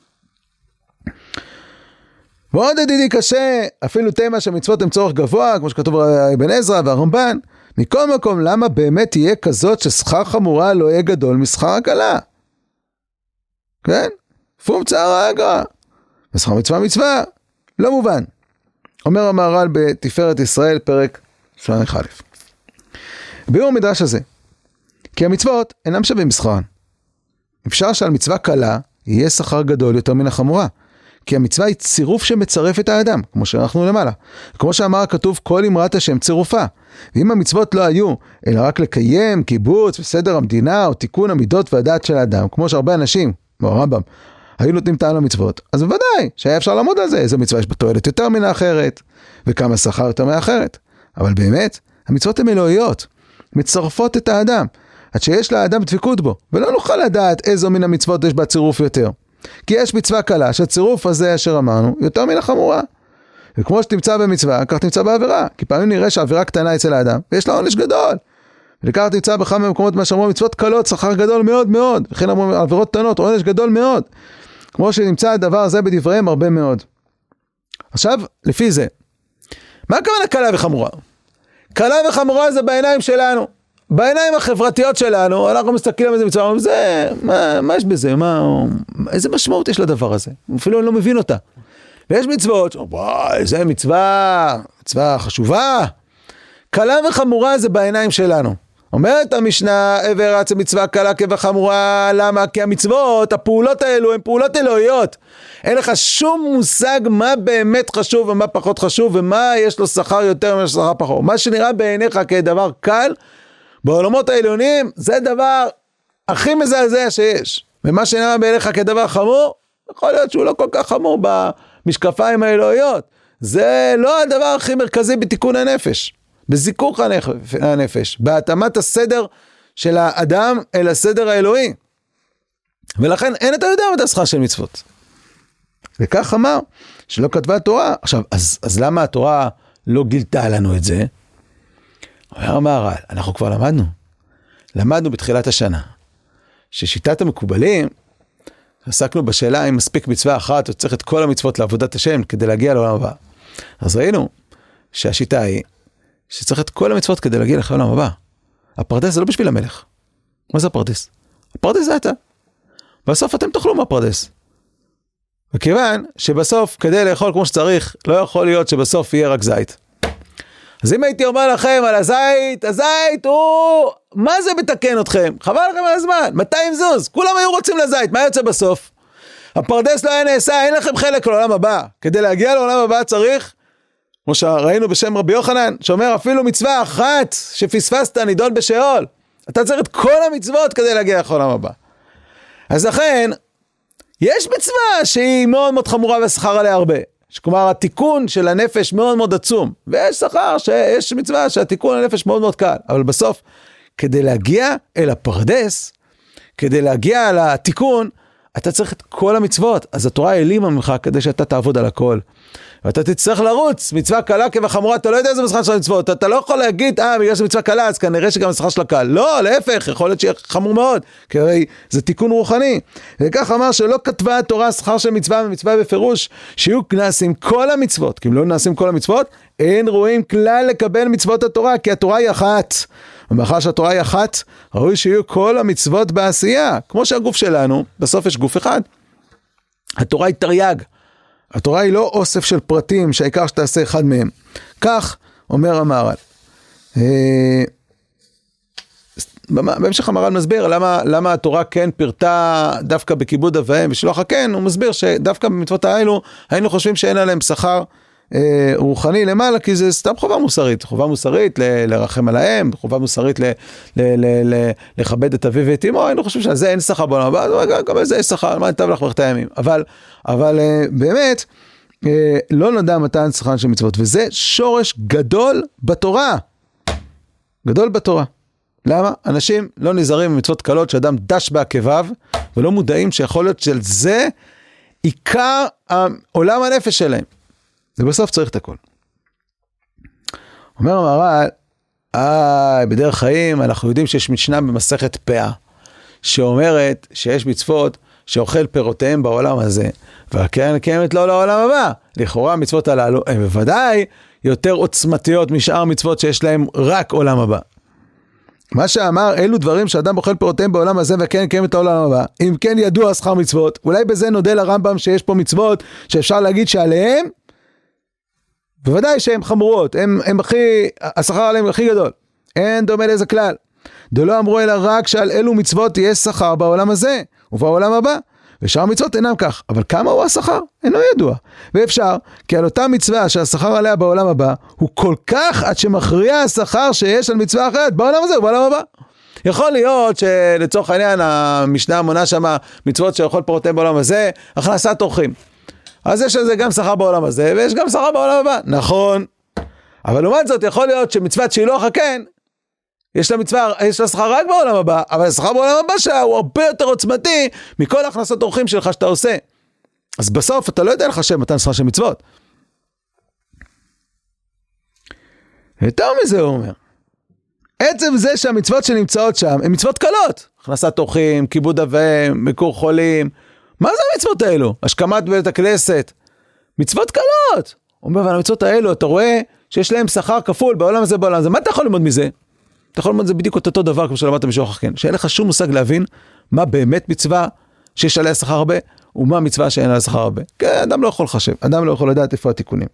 ועוד ידידי קשה, אפילו תמה שהמצוות הם צורך גבוה, כמו שכתוב אבן עזרא והרמב"ן, מכל מקום, למה באמת תהיה כזאת ששכר חמורה לא יהיה גדול משכר הקלה? כן? פום צער האגרא. ושכר מצווה מצווה, לא מובן. אומר המהר"ל בתפארת ישראל, פרק ס"א. ביאור המדרש הזה, כי המצוות אינם שווים בשכרן. אפשר שעל מצווה קלה יהיה שכר גדול יותר מן החמורה. כי המצווה היא צירוף שמצרף את האדם, כמו שאנחנו למעלה. כמו שאמר הכתוב, כל אמרת השם צירופה. ואם המצוות לא היו, אלא רק לקיים, קיבוץ וסדר המדינה, או תיקון המידות והדעת של האדם, כמו שהרבה אנשים, כמו הרמב"ם, היו נותנים טעם למצוות, אז בוודאי שהיה אפשר לעמוד על זה, איזו מצווה יש בתועלת יותר מן האחרת, וכמה שכר יותר מהאחרת. אבל באמת, המצוות הן אלוהיות, מצרפות את האדם, עד שיש לאדם דבקות בו, ולא נוכל לדעת איזו מן המצוות יש בה צירוף יותר. כי יש מצווה קלה, שהצירוף הזה אשר אמרנו, יותר מן החמורה. וכמו שתמצא במצווה, כך תמצא בעבירה, כי פעמים נראה שהעבירה קטנה אצל האדם, ויש לה עונש גדול. ולכך תמצא בכמה מקומות מה שאמרו מצוות קלות, שכר גדול מאוד מאוד, וכן אמרו עבירות קטנות, עונש גדול מאוד. כמו שנמצא הדבר הזה בדבריהם הרבה מאוד. עכשיו, לפי זה, מה הכוונה קלה וחמורה? קלה וחמורה זה בעיניים שלנו. בעיניים החברתיות שלנו, אנחנו מסתכלים על זה מצווה, אומרים, מה יש בזה? איזה משמעות יש לדבר הזה? אפילו אני לא מבין אותה. ויש מצוות, וואי, זה מצווה חשובה. קלה וחמורה זה בעיניים שלנו. אומרת המשנה, עבר רץ מצווה קלה כבחמורה, למה? כי המצוות, הפעולות האלו, הן פעולות אלוהיות. אין לך שום מושג מה באמת חשוב ומה פחות חשוב, ומה יש לו שכר יותר ומה יש לו שכר פחות. מה שנראה בעיניך כדבר קל, בעולמות העליונים, זה דבר הכי מזעזע שיש. ומה שנראה בעיניך כדבר חמור, יכול להיות שהוא לא כל כך חמור במשקפיים האלוהיות. זה לא הדבר הכי מרכזי בתיקון הנפש. בזיכוך הנפש, בהתאמת הסדר של האדם אל הסדר האלוהי. ולכן אין אתה יודע מה השכר של מצוות. וכך אמר, שלא כתבה התורה. עכשיו, אז למה התורה לא גילתה לנו את זה? אומר המהר"ל, אנחנו כבר למדנו בתחילת השנה, ששיטת המקובלים, עסקנו בשאלה אם מספיק מצווה אחת, או צריך את כל המצוות לעבודת השם, כדי להגיע לעולם הבא. אז ראינו שהשיטה היא, שצריך את כל המצוות כדי להגיע לעולם הבא. הפרדס זה לא בשביל המלך. מה זה הפרדס? הפרדס זה אתה. בסוף אתם תאכלו מהפרדס. וכיוון שבסוף, כדי לאכול כמו שצריך, לא יכול להיות שבסוף יהיה רק זית. אז אם הייתי אומר לכם על הזית הוא, מה זה מתקן אתכם? חבל לכם על הזמן, 200 זוז, כולם היו רוצים לזית, מה יוצא בסוף? הפרדס לא היה נעשה, אין לכם חלק לעולם הבא. כדי להגיע לעולם הבא צריך, כמו שראינו בשם רבי יוחנן, שאומר אפילו מצווה אחת שפספסת נידון בשאול. אתה צריך את כל המצוות כדי להגיע לעולם הבא. אז לכן, יש מצווה שהיא מאוד מאוד חמורה והשכר עליה הרבה. כלומר, התיקון של הנפש מאוד מאוד עצום. ויש שכר שיש מצווה שהתיקון הנפש מאוד מאוד קל. אבל בסוף, כדי להגיע אל הפרדס, כדי להגיע לתיקון, אתה צריך את כל המצוות. אז התורה העלימה ממך כדי שאתה תעבוד על הכל. ואתה תצטרך לרוץ, מצווה קלה כבחמורה, אתה לא יודע איזה משחק של המצוות, אתה לא יכול להגיד, בגלל שמצווה קלה, אז כנראה שגם המשחק שלה קל. לא, להפך, יכול להיות שיהיה חמור מאוד, כי הרי זה תיקון רוחני. וכך אמר שלא כתבה התורה שכר של מצווה ומצווה בפירוש, שיהיו נעשים כל המצוות, כי אם לא נעשים כל המצוות, אין רואים כלל לקבל מצוות התורה, כי התורה היא אחת. ומאחר שהתורה היא אחת, ראוי שיהיו כל המצוות בעשייה, כמו שהגוף שלנו, בסוף יש גוף אחד. התורה היא תרי"ג. התורה היא לא אוסף של פרטים שהעיקר שתעשה אחד מהם. כך אומר המהר"ל. בהמשך המהר"ל מסביר למה התורה כן פירטה דווקא בכיבוד אב ואם ושלוח הכן, הוא מסביר שדווקא במצוות האלו היינו חושבים שאין עליהם שכר רוחני למעלה, כי זה סתם חובה מוסרית. חובה מוסרית לרחם על האם, חובה מוסרית לכבד את אביו ואת אמו, היינו חושבים שזה אין שכר בעולם הבא, גם על זה יש שכר, מה נתב לך ברכת הימים. אבל באמת, לא נדע מתן שכר של מצוות, וזה שורש גדול בתורה. גדול בתורה. למה? אנשים לא נזהרים במצוות קלות שאדם דש בעקביו, ולא מודעים שיכול להיות של זה עיקר עולם הנפש שלהם. ובסוף צריך את הכל. אומר המהר"ל, בדרך חיים אנחנו יודעים שיש משנה במסכת פאה, שאומרת שיש מצוות שאוכל פירותיהם בעולם הזה, והקרן קיימת לא לעולם הבא. לכאורה המצוות הללו הן בוודאי יותר עוצמתיות משאר מצוות שיש להם רק עולם הבא. מה שאמר, אלו דברים שאדם אוכל פירותיהם בעולם הזה והקרן קיימת לעולם הבא. אם כן ידוע שכר מצוות, אולי בזה נודה לרמב"ם שיש פה מצוות שאפשר להגיד שעליהם בוודאי שהן חמורות, השכר עליהם הכי גדול. אין דומה לאיזה כלל. דלא אמרו אלא רק שעל אלו מצוות יש שכר בעולם הזה ובעולם הבא. ושאר המצוות אינם כך. אבל כמה הוא השכר? אינו ידוע. ואפשר, כי על אותה מצווה שהשכר עליה בעולם הבא, הוא כל כך עד שמכריע השכר שיש על מצווה אחרת בעולם הזה ובעולם הבא. יכול להיות שלצורך העניין המשנה מונה שמה מצוות שאוכל פירותיהם בעולם הזה, הכנסת אורחים. אז יש לזה גם שכר בעולם הזה, ויש גם שכר בעולם הבא. נכון. אבל לעומת זאת, יכול להיות שמצוות שילוח הכן, יש לה שכר רק בעולם הבא, אבל השכר בעולם הבא שלה הוא הרבה יותר עוצמתי, מכל הכנסות אורחים שלך שאתה עושה. אז בסוף אתה לא יודע לחשב מתן שכר של מצוות. יותר מזה הוא אומר. עצם זה שהמצוות שנמצאות שם, הן מצוות קלות. הכנסת אורחים, כיבוד אב ואם, ביקור חולים, מה זה המצוות האלו? השכמת בית הכנסת. מצוות קלות. הוא אומר, אבל המצוות האלו, אתה רואה שיש להם שכר כפול בעולם הזה, בעולם הזה. מה אתה יכול ללמוד מזה? אתה יכול ללמוד את זה בדיוק אותו דבר כמו שלמדת משהו אחר, כן, שאין לך שום מושג להבין מה באמת מצווה שיש עליה שכר הרבה, ומה מצווה שאין עליה שכר הרבה. כן, אדם לא יכול לחשב, אדם לא יכול לדעת איפה התיקונים.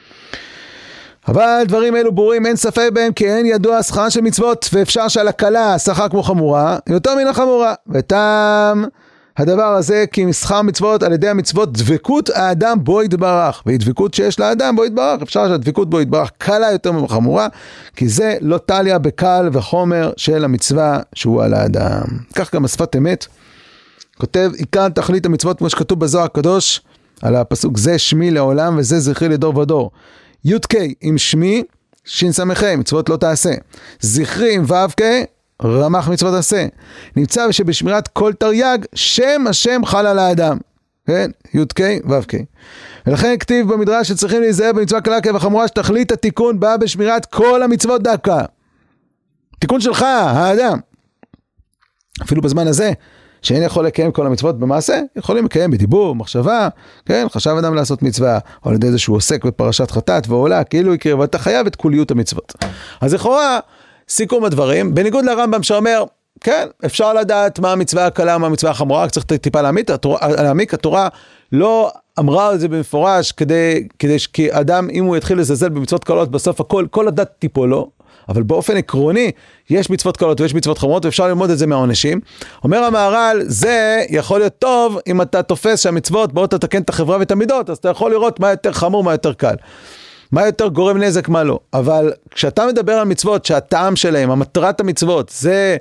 אבל דברים אלו ברורים, אין ספק בהם, כי אין ידוע שכרה של מצוות, ואפשר שעל הקלה שכר כמו חמורה, יותר מן החמורה. וטעם הדבר הזה, כי משכר מצוות על ידי המצוות, דבקות האדם בו יתברך, והדבקות שיש לאדם בו יתברך, אפשר שהדבקות בו יתברך קלה יותר מחמורה, כי זה לא טליה בקל וחומר של המצווה שהוא על האדם. כך גם השפת אמת, כותב, עיקר תכלית המצוות, כמו שכתוב בזוהר הקדוש, על הפסוק, זה שמי לעולם וזה זכרי לדור ודור. י"ק עם שמי, ש"ס, מצוות לא תעשה. זכרי עם ו"ק, רמ"ח מצוות עשה. נמצא שבשמירת כל תרי"ג, שם השם חל על האדם. כן? י"ק ו"ק. ולכן כתיב במדרש שצריכים להיזהר במצווה קלה כבחמורה, שתכלית התיקון באה בשמירת כל המצוות דווקא. תיקון שלך, האדם. אפילו בזמן הזה, שאין יכול לקיים כל המצוות במעשה, יכולים לקיים בדיבור, מחשבה, כן, חשב אדם לעשות מצווה, או על ידי זה שהוא עוסק בפרשת חטאת ועולה, כאילו יקרה, ואתה חייב את כוליות המצוות. אז לכאורה, סיכום הדברים, בניגוד לרמב"ם שאומר, כן, אפשר לדעת מה המצווה הקלה, מה המצווה החמורה, צריך טיפה להעמיק, התורה לא אמרה את זה במפורש, כי אדם, אם הוא יתחיל לזלזל במצוות קלות, בסוף כל הדת טיפו לו, אבל באופן עקרוני, יש מצוות קלות ויש מצוות חמורות, ואפשר ללמוד את זה מהעונשים. אומר המהר"ל, זה יכול להיות טוב, אם אתה תופס שהמצוות באות לתקן את החברה ואת המידות, אז אתה יכול לראות מה יותר חמור, מה יותר קל. מה יותר גורם נזק, מה לא. אבל כשאתה מדבר על מצוות, שהטעם שלהם, המטרת המצוות, זה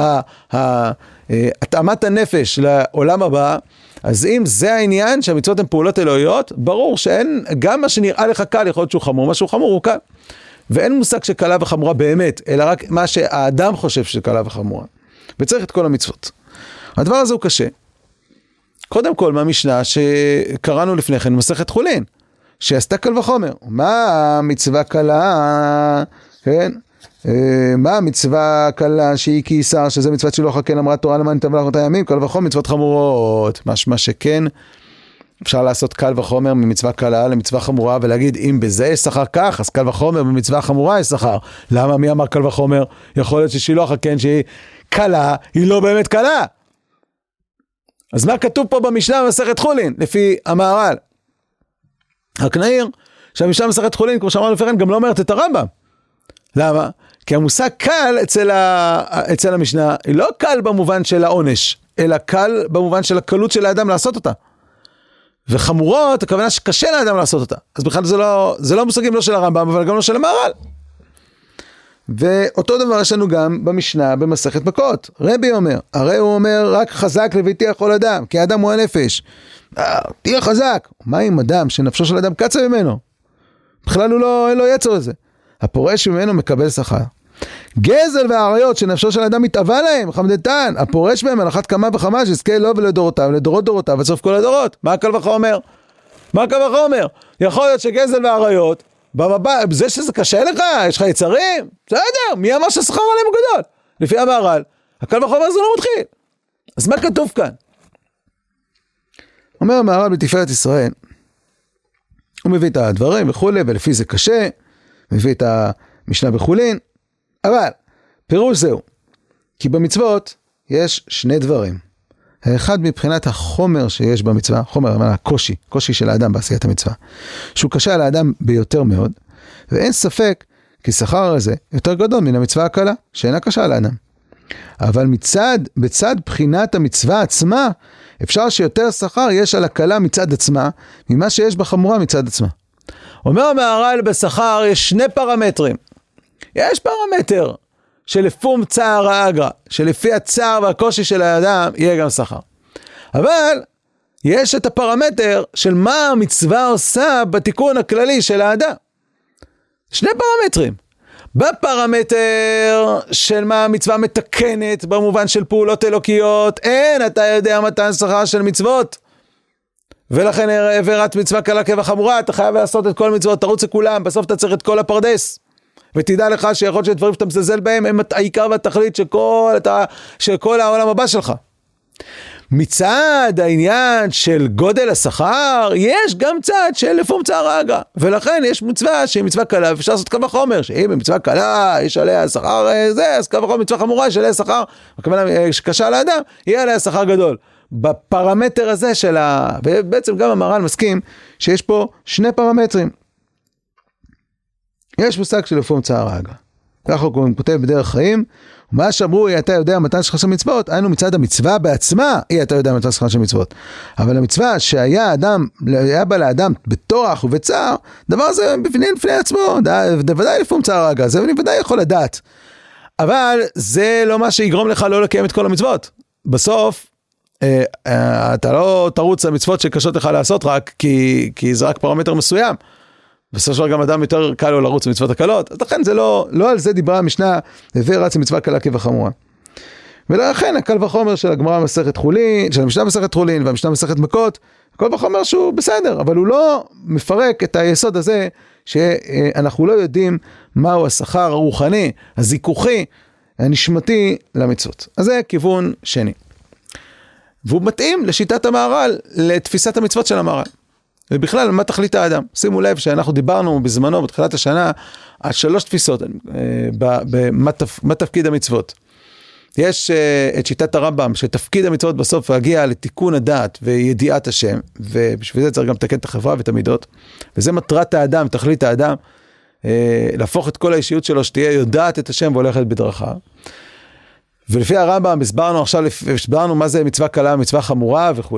התאמת הנפש לעולם הבא, אז אם זה העניין שהמצוות הן פעולות אלוהיות, ברור שאין, גם מה שנראה לך קל יכול להיות שהוא חמור, מה שהוא חמור הוא קל. ואין מושג שקלה וחמורה באמת, אלא רק מה שהאדם חושב שקלה וחמורה. וצריך את כל המצוות. הדבר הזה הוא קשה. קודם כל, מהמשנה שקראנו לפני כן, מסכת חולין, שעשתה קל וחומר. מה המצווה קלה? כן? מה המצווה קלה שהיא כיסר, שזה מצוות שלא חכן, אמרה תורה למען תבלח אותה ימים, קל וחומר מצוות חמורות. מה שכן, אפשר לעשות קל וחומר ממצווה קלה למצווה חמורה, ולהגיד אם בזה יש שכר כך, אז קל וחומר במצווה חמורה יש שכר. למה? מי אמר קל וחומר? יכול להיות ששילוח הכן שהיא קלה, היא לא באמת קלה. אז מה כתוב פה במשנה במסכת חולין, לפי המהר"ל? רק נעיר שהמשנה במסכת חולין, כמו שאמרנו לפני כן, גם לא אומרת את הרמב"ם. למה? כי המושג קל אצל המשנה, היא לא קל במובן של העונש, אלא קל במובן של הקלות של האדם לעשות אותה. וחמורות, הכוונה שקשה לאדם לעשות אותה. אז בכלל זה לא מושגים לא של הרמב"ם, אבל גם לא של המהר"ל. ואותו דבר יש לנו גם במשנה במסכת מכות. רבי אומר, הרי הוא אומר, רק חזק לביתי יכול אדם, כי האדם הוא הנפש. תהיה חזק. מה עם אדם שנפשו של אדם קצה ממנו? בכלל הוא אין לו יצר לזה. הפורש ממנו מקבל שכר. גזל והעריות שנפשו של אדם מתאווה להם, חמדתן, הפורש בהם על אחת כמה וכמה, שיזכה לו ולדורותיו, לדורות דורותיו, בסוף כל הדורות. מה הקל וחומר? מה הקל וחומר? יכול להיות שגזל והעריות, זה שזה קשה לך, יש לך יצרים, בסדר, מי אמר שהשכר עליהם הוא גדול? לפי המהר"ל, הקל וחומר זה לא מתחיל. אז מה כתוב כאן? אומר המהר"ל בתפארת ישראל, הוא מביא את הדברים וכולי, ולפי זה קשה, מביא את המשנה בחולין, אבל פירוש זהו, כי במצוות יש שני דברים. האחד מבחינת החומר שיש במצווה, חומר, הקושי של האדם בעשיית המצווה, שהוא קשה על האדם ביותר מאוד, ואין ספק כי שכר הזה יותר גדול מן המצווה הקלה, שאינה קשה על האדם. אבל בצד בחינת המצווה עצמה, אפשר שיותר שכר יש על הקלה מצד עצמה, ממה שיש בחמורה מצד עצמה. אומר המהר"ל בשכר יש שני פרמטרים. יש פרמטר שלפום צער האגרא, שלפי הצער והקושי של האדם יהיה גם שכר. אבל יש את הפרמטר של מה המצווה עושה בתיקון הכללי של האדם. שני פרמטרים. בפרמטר של מה המצווה מתקנת במובן של פעולות אלוקיות, אין אתה יודע מתן שכר של מצוות. ולכן עבירת מצווה קלה כבחמורה, אתה חייב לעשות את כל מצוות, תרוץ לכולם, בסוף אתה צריך את כל הפרדס. ותדע לך שיכול להיות שדברים שאתה מזלזל בהם הם העיקר והתכלית של כל העולם הבא שלך. מצד העניין של גודל השכר, יש גם צד של לפום צער אגרא, ולכן יש מצווה שהיא מצווה קלה, ואפשר לעשות קל וחומר, שאם היא מצווה קלה, יש עליה שכר זה, אז קל וחומר מצווה חמורה, יש עליה שכר, הכוונה שקשה לאדם, יהיה עליה שכר גדול. בפרמטר הזה של ובעצם גם המהר"ל מסכים, שיש פה שני פרמטרים. יש מושג של לפום צער אגרא. ככה הוא כותב בדרך חיים, מה שאמרו, אתה יודע מתן שכר של מצוות, היינו מצד המצווה בעצמה, אתה יודע מתן שכר של מצוות. אבל המצווה שהיה בה לאדם בתורח ובצער, דבר זה בפני עצמו, ודאי לפום צער אגרא, זה ודאי יכול לדעת. אבל זה לא מה שיגרום לך לא לקיים את כל המצוות. בסוף, אתה לא תרוץ למצוות שקשות לך לעשות רק, כי זה רק פרמטר מסוים. בסופו של דבר גם אדם יותר קל לו לרוץ במצוות הקלות, אז לכן זה לא על זה דיברה המשנה, ורץ מצווה קלה כבחמורה. ולכן הקל וחומר של הגמרא מסכת חולין, של המשנה מסכת חולין והמשנה מסכת מכות, הקל וחומר שהוא בסדר, אבל הוא לא מפרק את היסוד הזה, שאנחנו לא יודעים מהו השכר הרוחני, הזיכוכי, הנשמתי למצוות. אז זה כיוון שני. והוא מתאים לשיטת המהר"ל, לתפיסת המצוות של המהר"ל. ובכלל, מה תכלית האדם? שימו לב שאנחנו דיברנו בזמנו, בתחילת השנה, על 3 תפיסות, מה תפקיד המצוות. יש את שיטת הרמב"ם, שתפקיד המצוות בסוף להגיע לתיקון הדעת וידיעת השם, ובשביל זה צריך גם לתקן את החברה ואת המידות, וזה מטרת האדם, תכלית האדם, להפוך את כל האישיות שלו, שתהיה יודעת את השם והולכת בדרכה. ולפי הרמב"ם, הסברנו מה זה מצווה קלה, מצווה חמורה וכו'.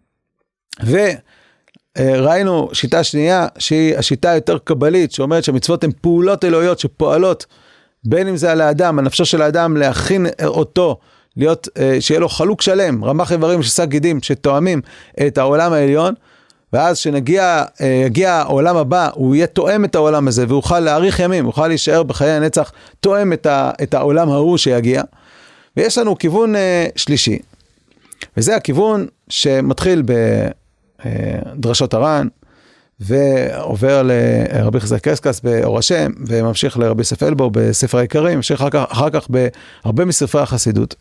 ראינו שיטה שנייה, שהיא השיטה היותר קבלית, שאומרת שהמצוות הן פעולות אלוהיות שפועלות, בין אם זה על האדם, הנפשו של האדם להכין אותו, שיהיה לו חלוק שלם, רמ"ח איברים ששק גידים, שתואמים את העולם העליון, ואז שנגיע העולם הבא, הוא יהיה תואם את העולם הזה, והוא יוכל להאריך ימים, הוא יוכל להישאר בחיי הנצח, תואם את העולם ההוא שיגיע. ויש לנו כיוון שלישי, וזה הכיוון שמתחיל דרשות הר"ן, ועובר לרבי חזקיה קסקס באור השם, וממשיך לרבי יוסף אלבו בספר העיקרים, ממשיך אחר כך בהרבה מספרי החסידות,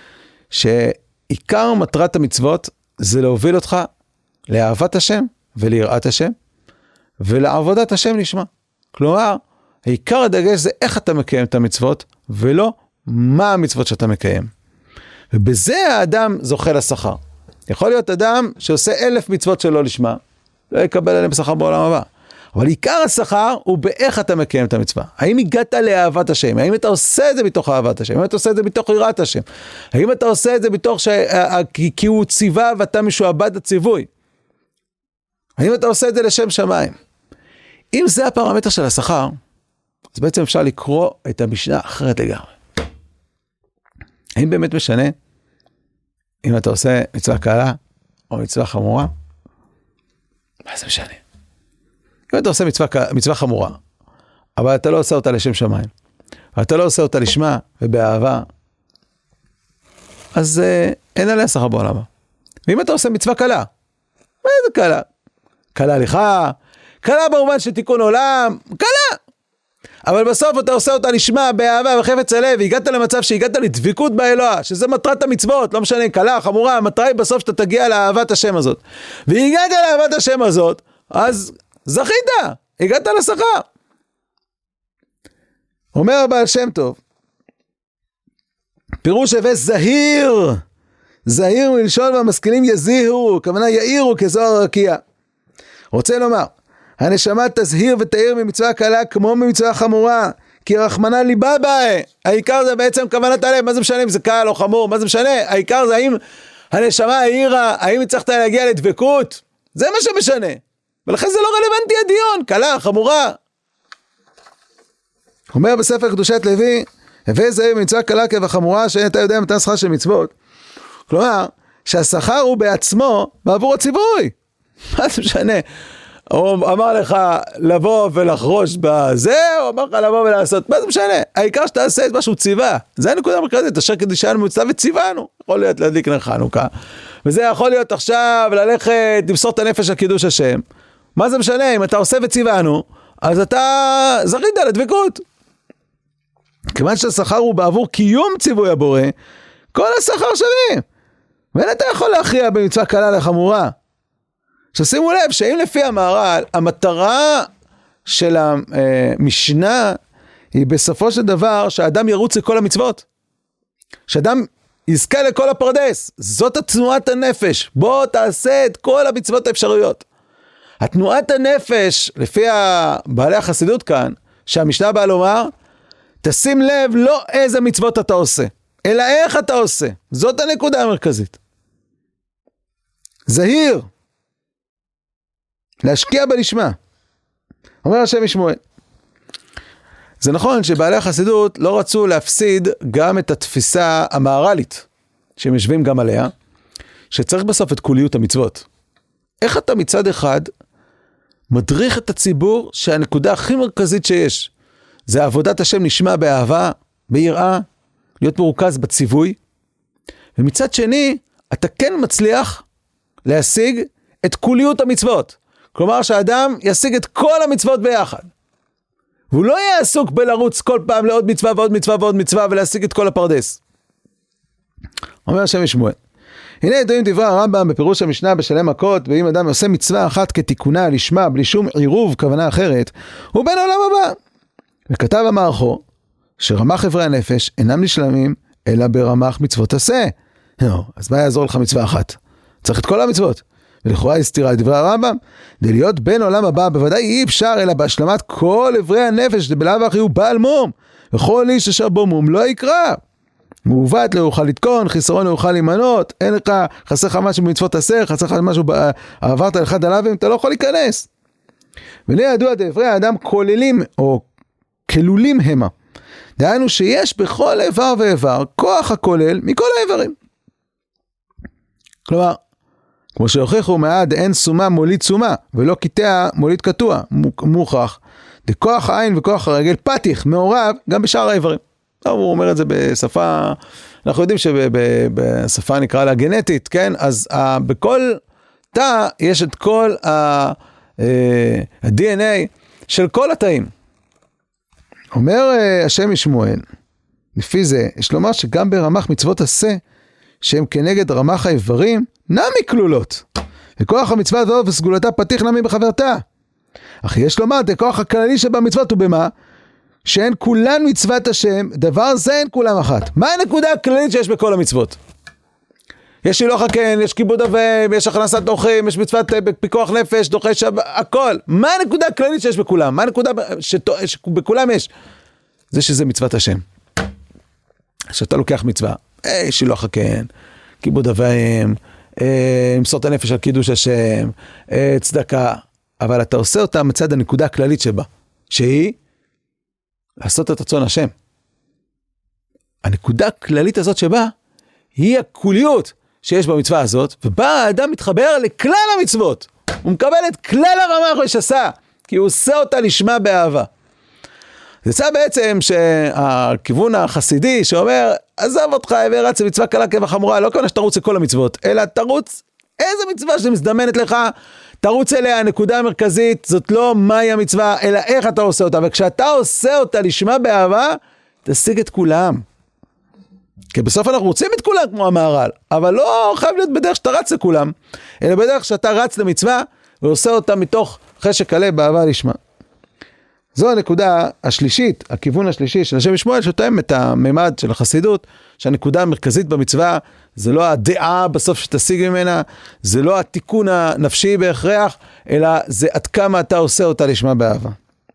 שעיקר מטרת המצוות זה להוביל אותך לאהבת השם וליראת השם, ולעבודת השם נשמע. כלומר, העיקר הדגש זה איך אתה מקיים את המצוות, ולא מה המצוות שאתה מקיים. ובזה האדם זוכה לשכר. יכול להיות אדם שעושה 1000 מצוות שלא לשמה, לא יקבל עליהם שכר בעולם הבא. אבל עיקר השכר הוא באיך אתה מקיים את המצווה. האם הגעת לאהבת השם? האם אתה עושה את זה מתוך אהבת השם? האם אתה עושה את זה מתוך יראת השם? האם אתה עושה את זה מתוך כי הוא ציווה ואתה משועבד הציווי? האם אתה עושה את זה לשם שמיים? אם זה הפרמטר של השכר, אז בעצם אפשר לקרוא את המשנה אחרת לגמרי. האם באמת משנה אם אתה עושה מצווה קלה או מצווה חמורה? מה זה משנה? אם אתה עושה מצווה חמורה, אבל אתה לא עושה אותה לשם שמיים, ואתה לא עושה אותה לשמה ובאהבה, אז אין עליה שכר בעולם הבא. ואם אתה עושה מצווה קלה, מה זה קלה? קלה לך, קלה במובן של תיקון עולם, קלה! אבל בסוף אתה עושה אותה לשמה, באהבה וחפץ הלב, והגעת למצב שהגעת לדביקות באלוה, שזה מטרת המצוות, לא משנה, קלה, חמורה, המטרה היא בסוף שאתה תגיע לאהבת השם הזאת. והגעת לאהבת השם הזאת, אז זכית, הגעת לשכר. אומר הבעל שם טוב, פירוש הווה זהיר, זהיר מלשון והמשכילים יזירו, כוונה יאירו כזוהר הרקיע. רוצה לומר, הנשמה תזהיר ותאיר ממצווה קלה כמו ממצווה חמורה, כי רחמנא ליבא בה. העיקר זה בעצם כוונת הלב, מה זה משנה אם זה קל או חמור, מה זה משנה? העיקר זה האם הנשמה העירה, האם הצלחת להגיע לדבקות, זה מה שמשנה. ולכן זה לא רלוונטי הדיון, קלה, חמורה. אומר בספר קדושת לוי, הווה זהיר ממצווה קלה כבחמורה, שאתה יודע מתן שכר של מצוות. כלומר, שהשכר הוא בעצמו בעבור הציווי. מה זה משנה? הוא אמר לך לבוא ולחרוש בזה, הוא אמר לך לבוא ולעשות, מה זה משנה? העיקר שאתה עושה את מה שהוא ציווה. זה הנקודה המרכזית, אשר קדישנו מצווה וציוונו. יכול להיות להדליק נר חנוכה. וזה יכול להיות עכשיו ללכת, למסור את הנפש על קידוש השם. מה זה משנה? אם אתה עושה וציוונו, אז אתה זכית לדבקות. כיוון שהשכר הוא בעבור קיום ציווי הבורא, כל השכר שווה. ואין אתה יכול להכריע במצווה קלה לחמורה. עכשיו שימו לב שאם לפי המהר"ל, המטרה של המשנה היא בסופו של דבר שהאדם ירוץ לכל המצוות. שאדם יזכה לכל הפרדס. זאת התנועת הנפש. בוא תעשה את כל המצוות האפשרויות. התנועת הנפש, לפי בעלי החסידות כאן, שהמשנה באה לומר, תשים לב לא איזה מצוות אתה עושה, אלא איך אתה עושה. זאת הנקודה המרכזית. זהיר. להשקיע בלשמה. אומר השם משמואל. זה נכון שבעלי החסידות לא רצו להפסיד גם את התפיסה המהר"לית, שהם יושבים גם עליה, שצריך בסוף את כוליות המצוות. איך אתה מצד אחד מדריך את הציבור שהנקודה הכי מרכזית שיש, זה עבודת השם נשמע באהבה, ביראה, להיות מרוכז בציווי, ומצד שני, אתה כן מצליח להשיג את כוליות המצוות. כלומר שהאדם ישיג את כל המצוות ביחד. והוא לא יהיה עסוק בלרוץ כל פעם לעוד מצווה ועוד מצווה ועוד מצווה ולהשיג את כל הפרדס. אומר השם משמואל. הנה ידועים דברי הרמב"ם בפירוש המשנה בשלם מכות, ואם אדם עושה מצווה אחת כתיקונה לשמה בלי שום עירוב כוונה אחרת, הוא בן העולם הבא. וכתב המערכו שרמ"ח איברי הנפש אינם נשלמים אלא ברמ"ח מצוות עשה. אז מה יעזור לך מצווה אחת? צריך את כל המצוות. ולכאורה היא סתירה לדברי הרמב"ם, כדי להיות בן עולם הבא בוודאי אי אפשר אלא בהשלמת כל איברי הנפש, דבלאו הכי הוא בעל מום, וכל איש אשר בו מום לא יקרא. מעוות לא יוכל לתקון, חיסרון לא יוכל להימנות, אין לך, חסר לך משהו במצוות עשר, חסר לך משהו, עברת לך דלאבים, אתה לא יכול להיכנס. ולי ידוע דברי האדם כוללים או כלולים המה. דהיינו שיש בכל איבר ואיבר כוח הכולל מכל האיברים. כלומר, כמו שהוכיחו מעד אין סומה מוליד סומה, ולא קיטע מוליד קטוע, מוכח, דכוח העין וכוח הרגל פתיח, מעורב גם בשאר האיברים. הוא אומר את זה בשפה, אנחנו יודעים שבשפה נקרא לה גנטית, כן? אז בכל תא יש את כל ה-DNA של כל התאים. אומר השם משמואל, לפי זה, יש לומר שגם ברמ"ח מצוות עשה, שהם כנגד רמ"ח האיברים, נמי כלולות. וכוח המצווה הדבר וסגולתה פתיח נמי בחברתה. אך יש לומר, הכוח הכללי שבמצוות הוא במה? שאין כולן מצוות השם, דבר זה אין כולם אחת. מה הנקודה הכללית שיש בכל המצוות? יש שילוח הקן, יש כיבוד אביהם, יש הכנסת אורחים, יש מצוות פיקוח נפש, דוחי שבת, הכל. מה הנקודה הכללית שיש בכולם? מה הנקודה שבכולם יש? זה שזה מצוות השם. שאתה לוקח מצווה, שילוח הקן, כיבוד אביהם, למסור את הנפש על קידוש השם, צדקה, אבל אתה עושה אותה מצד הנקודה הכללית שבה, שהיא לעשות את רצון השם. הנקודה הכללית הזאת שבה, היא הכוליות שיש במצווה הזאת, ובה האדם מתחבר לכלל המצוות. הוא מקבל את כלל הרמ"ח ושסה, כי הוא עושה אותה לשמה באהבה. זה יצא בעצם שהכיוון החסידי שאומר, עזב אותך, ורץ מצווה קלה כבחמורה, לא כמובן שתרוץ לכל המצוות, אלא תרוץ איזה מצווה שמזדמנת לך, תרוץ אליה, הנקודה המרכזית, זאת לא מהי המצווה, אלא איך אתה עושה אותה, וכשאתה עושה אותה לשמה באהבה, תשיג את כולם. כי בסוף אנחנו רוצים את כולם כמו המהר"ל, אבל לא חייב להיות בדרך שאתה רץ לכולם, אלא בדרך שאתה רץ למצווה, ועושה אותה מתוך חשק הלב באהבה לשמה. זו הנקודה השלישית, הכיוון השלישי של השם משמואל, שתואם את הממד של החסידות, שהנקודה המרכזית במצווה, זה לא הדעה בסוף שתשיג ממנה, זה לא התיקון הנפשי בהכרח, אלא זה עד כמה אתה עושה אותה לשמה באהבה.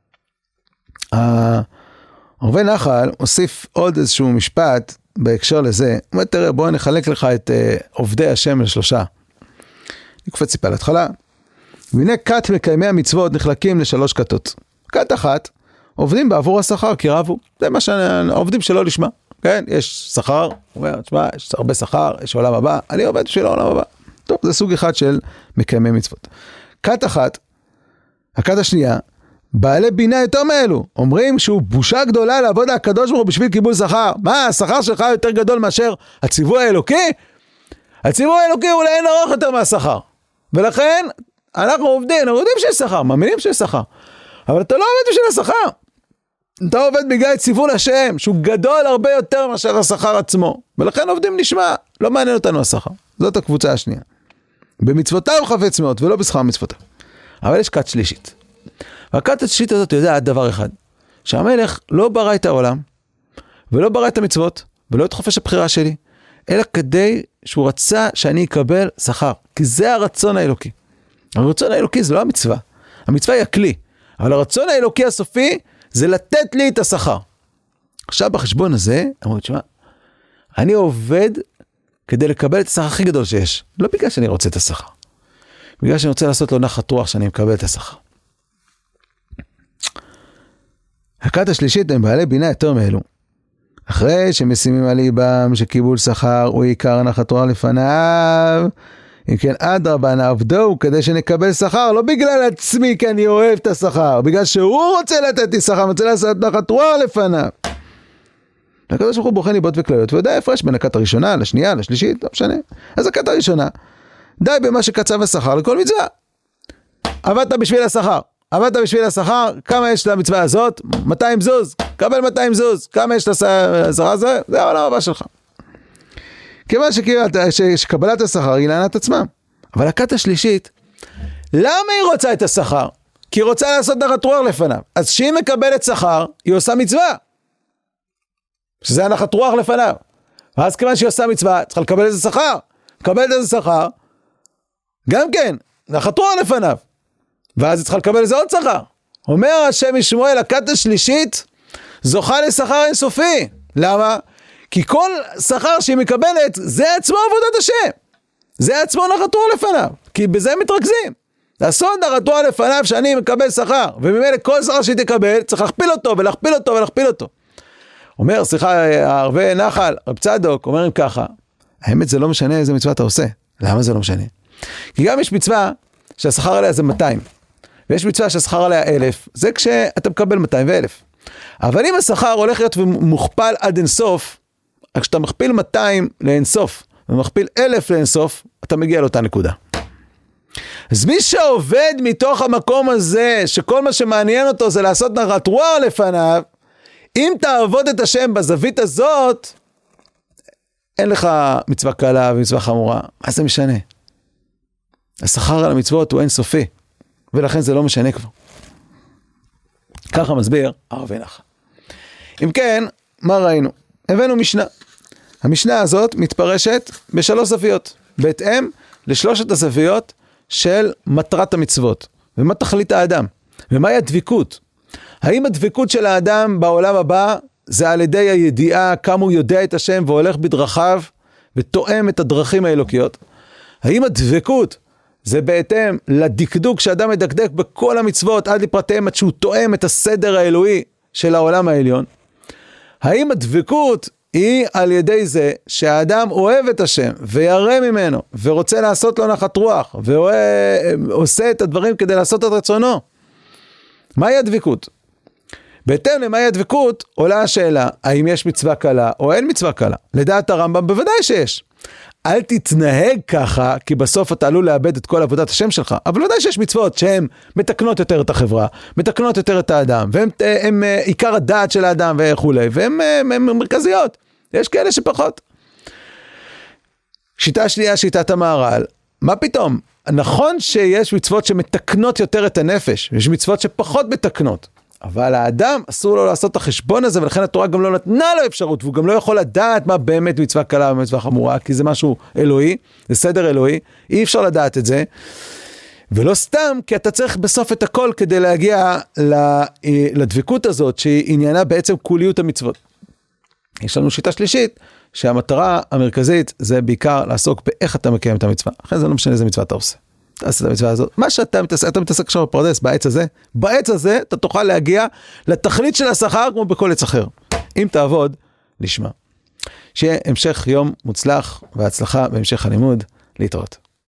הרבה נחל הוסיף עוד איזשהו משפט בהקשר לזה, הוא אומר, תראה, בואו נחלק לך את עובדי השם לשלושה. נקפץ ציפה להתחלה. והנה כת מקיימי המצוות נחלקים לשלוש כתות. כת אחת, עובדים בעבור השכר, כי רבו. זה מה שהעובדים שלא לשמה. כן, יש שכר, הוא אומר, תשמע, יש הרבה שכר, יש עולם הבא, אני עובד בשביל העולם הבא. טוב, זה סוג אחד של מקיימי מצוות. כת אחת, הכת השנייה, בעלי בינה יותר מאלו, אומרים שהוא בושה גדולה לעבוד הקדוש ברוך הוא בשביל קיבול שכר. מה, השכר שלך יותר גדול מאשר הציווי האלוקי? הציווי האלוקי הוא לאין ארוך יותר מהשכר. ולכן, אנחנו עובדים, אנחנו יודעים שיש שכר, מאמינים שיש שכר. אבל אתה לא עובד בשביל השכר. אתה עובד בגלל ציווי השם, שהוא גדול הרבה יותר מאשר השכר עצמו. ולכן עובדים נשמע, לא מעניין אותנו השכר. זאת הקבוצה השנייה. במצוותיו חפץ מאוד, ולא בשכר מצוותיו. אבל יש כת שלישית. והכת השלישית הזאת יודעת דבר אחד, שהמלך לא ברא את העולם, ולא ברא את המצוות, ולא את חופש הבחירה שלי, אלא כדי שהוא רצה שאני אקבל שכר. כי זה הרצון האלוקי. הרצון האלוקי זה לא המצווה. המצווה היא הכלי. אבל הרצון האלוקי הסופי זה לתת לי את השכר. עכשיו בחשבון הזה, אמרו, תשמע, אני עובד כדי לקבל את השכר הכי גדול שיש. לא בגלל שאני רוצה את השכר. בגלל שאני רוצה לעשות לו נחת רוח שאני מקבל את השכר. הכת השלישית הם בעלי בינה יותר מאלו. אחרי שמשימים על ליבם שקיבול שכר הוא עיקר נחת רוח לפניו, אם כן אדרבה נעבדו כדי שנקבל שכר, לא בגלל עצמי כי אני אוהב את השכר, בגלל שהוא רוצה לתת לי שכר, רוצה לעשות נחת רוח לפניו. הקדוש ברוך הוא בוחן ליבות וכליות, ויודע הפרש בין הכת הראשונה, לשנייה, לשלישית, לא משנה. אז הכת הראשונה, די במה שקצב השכר לכל מצווה. עבדת בשביל השכר. עבדת בשביל השכר, כמה יש למצווה הזאת? 200 זוז, קבל 200 זוז, כמה יש לשכר הזה? זה העולם הבא שלך. כיוון שקבלת השכר היא לענת עצמם. אבל הכת השלישית, למה היא רוצה את השכר? כי היא רוצה לעשות נחת רוח לפניו. אז כשהיא מקבלת שכר, היא עושה מצווה. שזה הנחת רוח לפניו. ואז כיוון שהיא עושה מצווה, צריכה לקבל איזה שכר. מקבלת איזה שכר, גם כן, נחת רוח לפניו. ואז היא צריכה לקבל איזה עוד שכר. אומר השם משמואל, הכת השלישית זוכה לשכר אינסופי. למה? כי כל שכר שהיא מקבלת, זה עצמו עבודת השם. זה עצמו נחת רוח לפניו. כי בזה הם מתרכזים. לעשות נחת רוח לפניו שאני מקבל שכר. וממילא כל שכר שהיא תקבל, צריך להכפיל אותו ולהכפיל אותו ולהכפיל אותו. אומר, סליחה, ערבי נחל, רב צדוק, אומרים ככה, האמת זה לא משנה איזה מצווה אתה עושה. למה זה לא משנה? כי גם יש מצווה שהשכר עליה זה 200, ויש מצווה שהשכר עליה 1,000, זה כשאתה מקבל 200 ו1,000. אבל אם השכר הולך להיות ומוכפל עד אינסוף, כשאתה מכפיל 200 לאינסוף, ומכפיל 1,000 לאינסוף, אתה מגיע לאותה נקודה. אז מי שעובד מתוך המקום הזה, שכל מה שמעניין אותו זה לעשות נחת רוח לפניו, אם תעבוד את השם בזווית הזאת, אין לך מצווה קלה ומצווה חמורה. מה זה משנה? השכר על המצוות הוא אינסופי, ולכן זה לא משנה כבר. ככה מסביר ערבי נחל. אם כן, מה ראינו? הבאנו משנה. המשנה הזאת מתפרשת בשלוש זוויות, בהתאם לשלושת הזוויות של מטרת המצוות, ומה תכלית האדם, ומהי הדביקות. האם הדביקות של האדם בעולם הבא, זה על ידי הידיעה כמה הוא יודע את השם והולך בדרכיו, ותואם את הדרכים האלוקיות? האם הדבקות זה בהתאם לדקדוק שאדם מדקדק בכל המצוות עד לפרטיהם, עד שהוא תואם את הסדר האלוהי של העולם העליון? האם הדבקות היא על ידי זה שהאדם אוהב את השם וירא ממנו ורוצה לעשות לו נחת רוח ועושה את הדברים כדי לעשות את רצונו? מהי הדבקות? בהתאם למהי הדבקות עולה השאלה, האם יש מצווה קלה או אין מצווה קלה? לדעת הרמב"ם בוודאי שיש. אל תתנהג ככה, כי בסוף אתה עלול לאבד את כל עבודת השם שלך. אבל ודאי שיש מצוות שהן מתקנות יותר את החברה, מתקנות יותר את האדם, והן עיקר הדעת של האדם וכו', והן מרכזיות. יש כאלה שפחות. שיטה שנייה, שיטת המהר"ל. מה פתאום? נכון שיש מצוות שמתקנות יותר את הנפש, יש מצוות שפחות מתקנות. אבל האדם אסור לו לעשות את החשבון הזה, ולכן התורה גם לא נתנה לו אפשרות, והוא גם לא יכול לדעת מה באמת מצווה קלה ומצווה חמורה, כי זה משהו אלוהי, זה סדר אלוהי, אי אפשר לדעת את זה, ולא סתם, כי אתה צריך בסוף את הכל כדי להגיע לדבקות הזאת, שהיא עניינה בעצם כוליות המצוות. יש לנו שיטה שלישית, שהמטרה המרכזית זה בעיקר לעסוק באיך אתה מקיים את המצווה, אחרי זה לא משנה איזה מצווה אתה עושה. תעשה את המצווה הזאת. מה שאתה מתעסק עכשיו בפרדס, בעץ הזה אתה תוכל להגיע לתכלית של השכר כמו בכל עץ אחר. אם תעבוד, לשמה. שיהיה המשך יום מוצלח והצלחה בהמשך הלימוד. להתראות.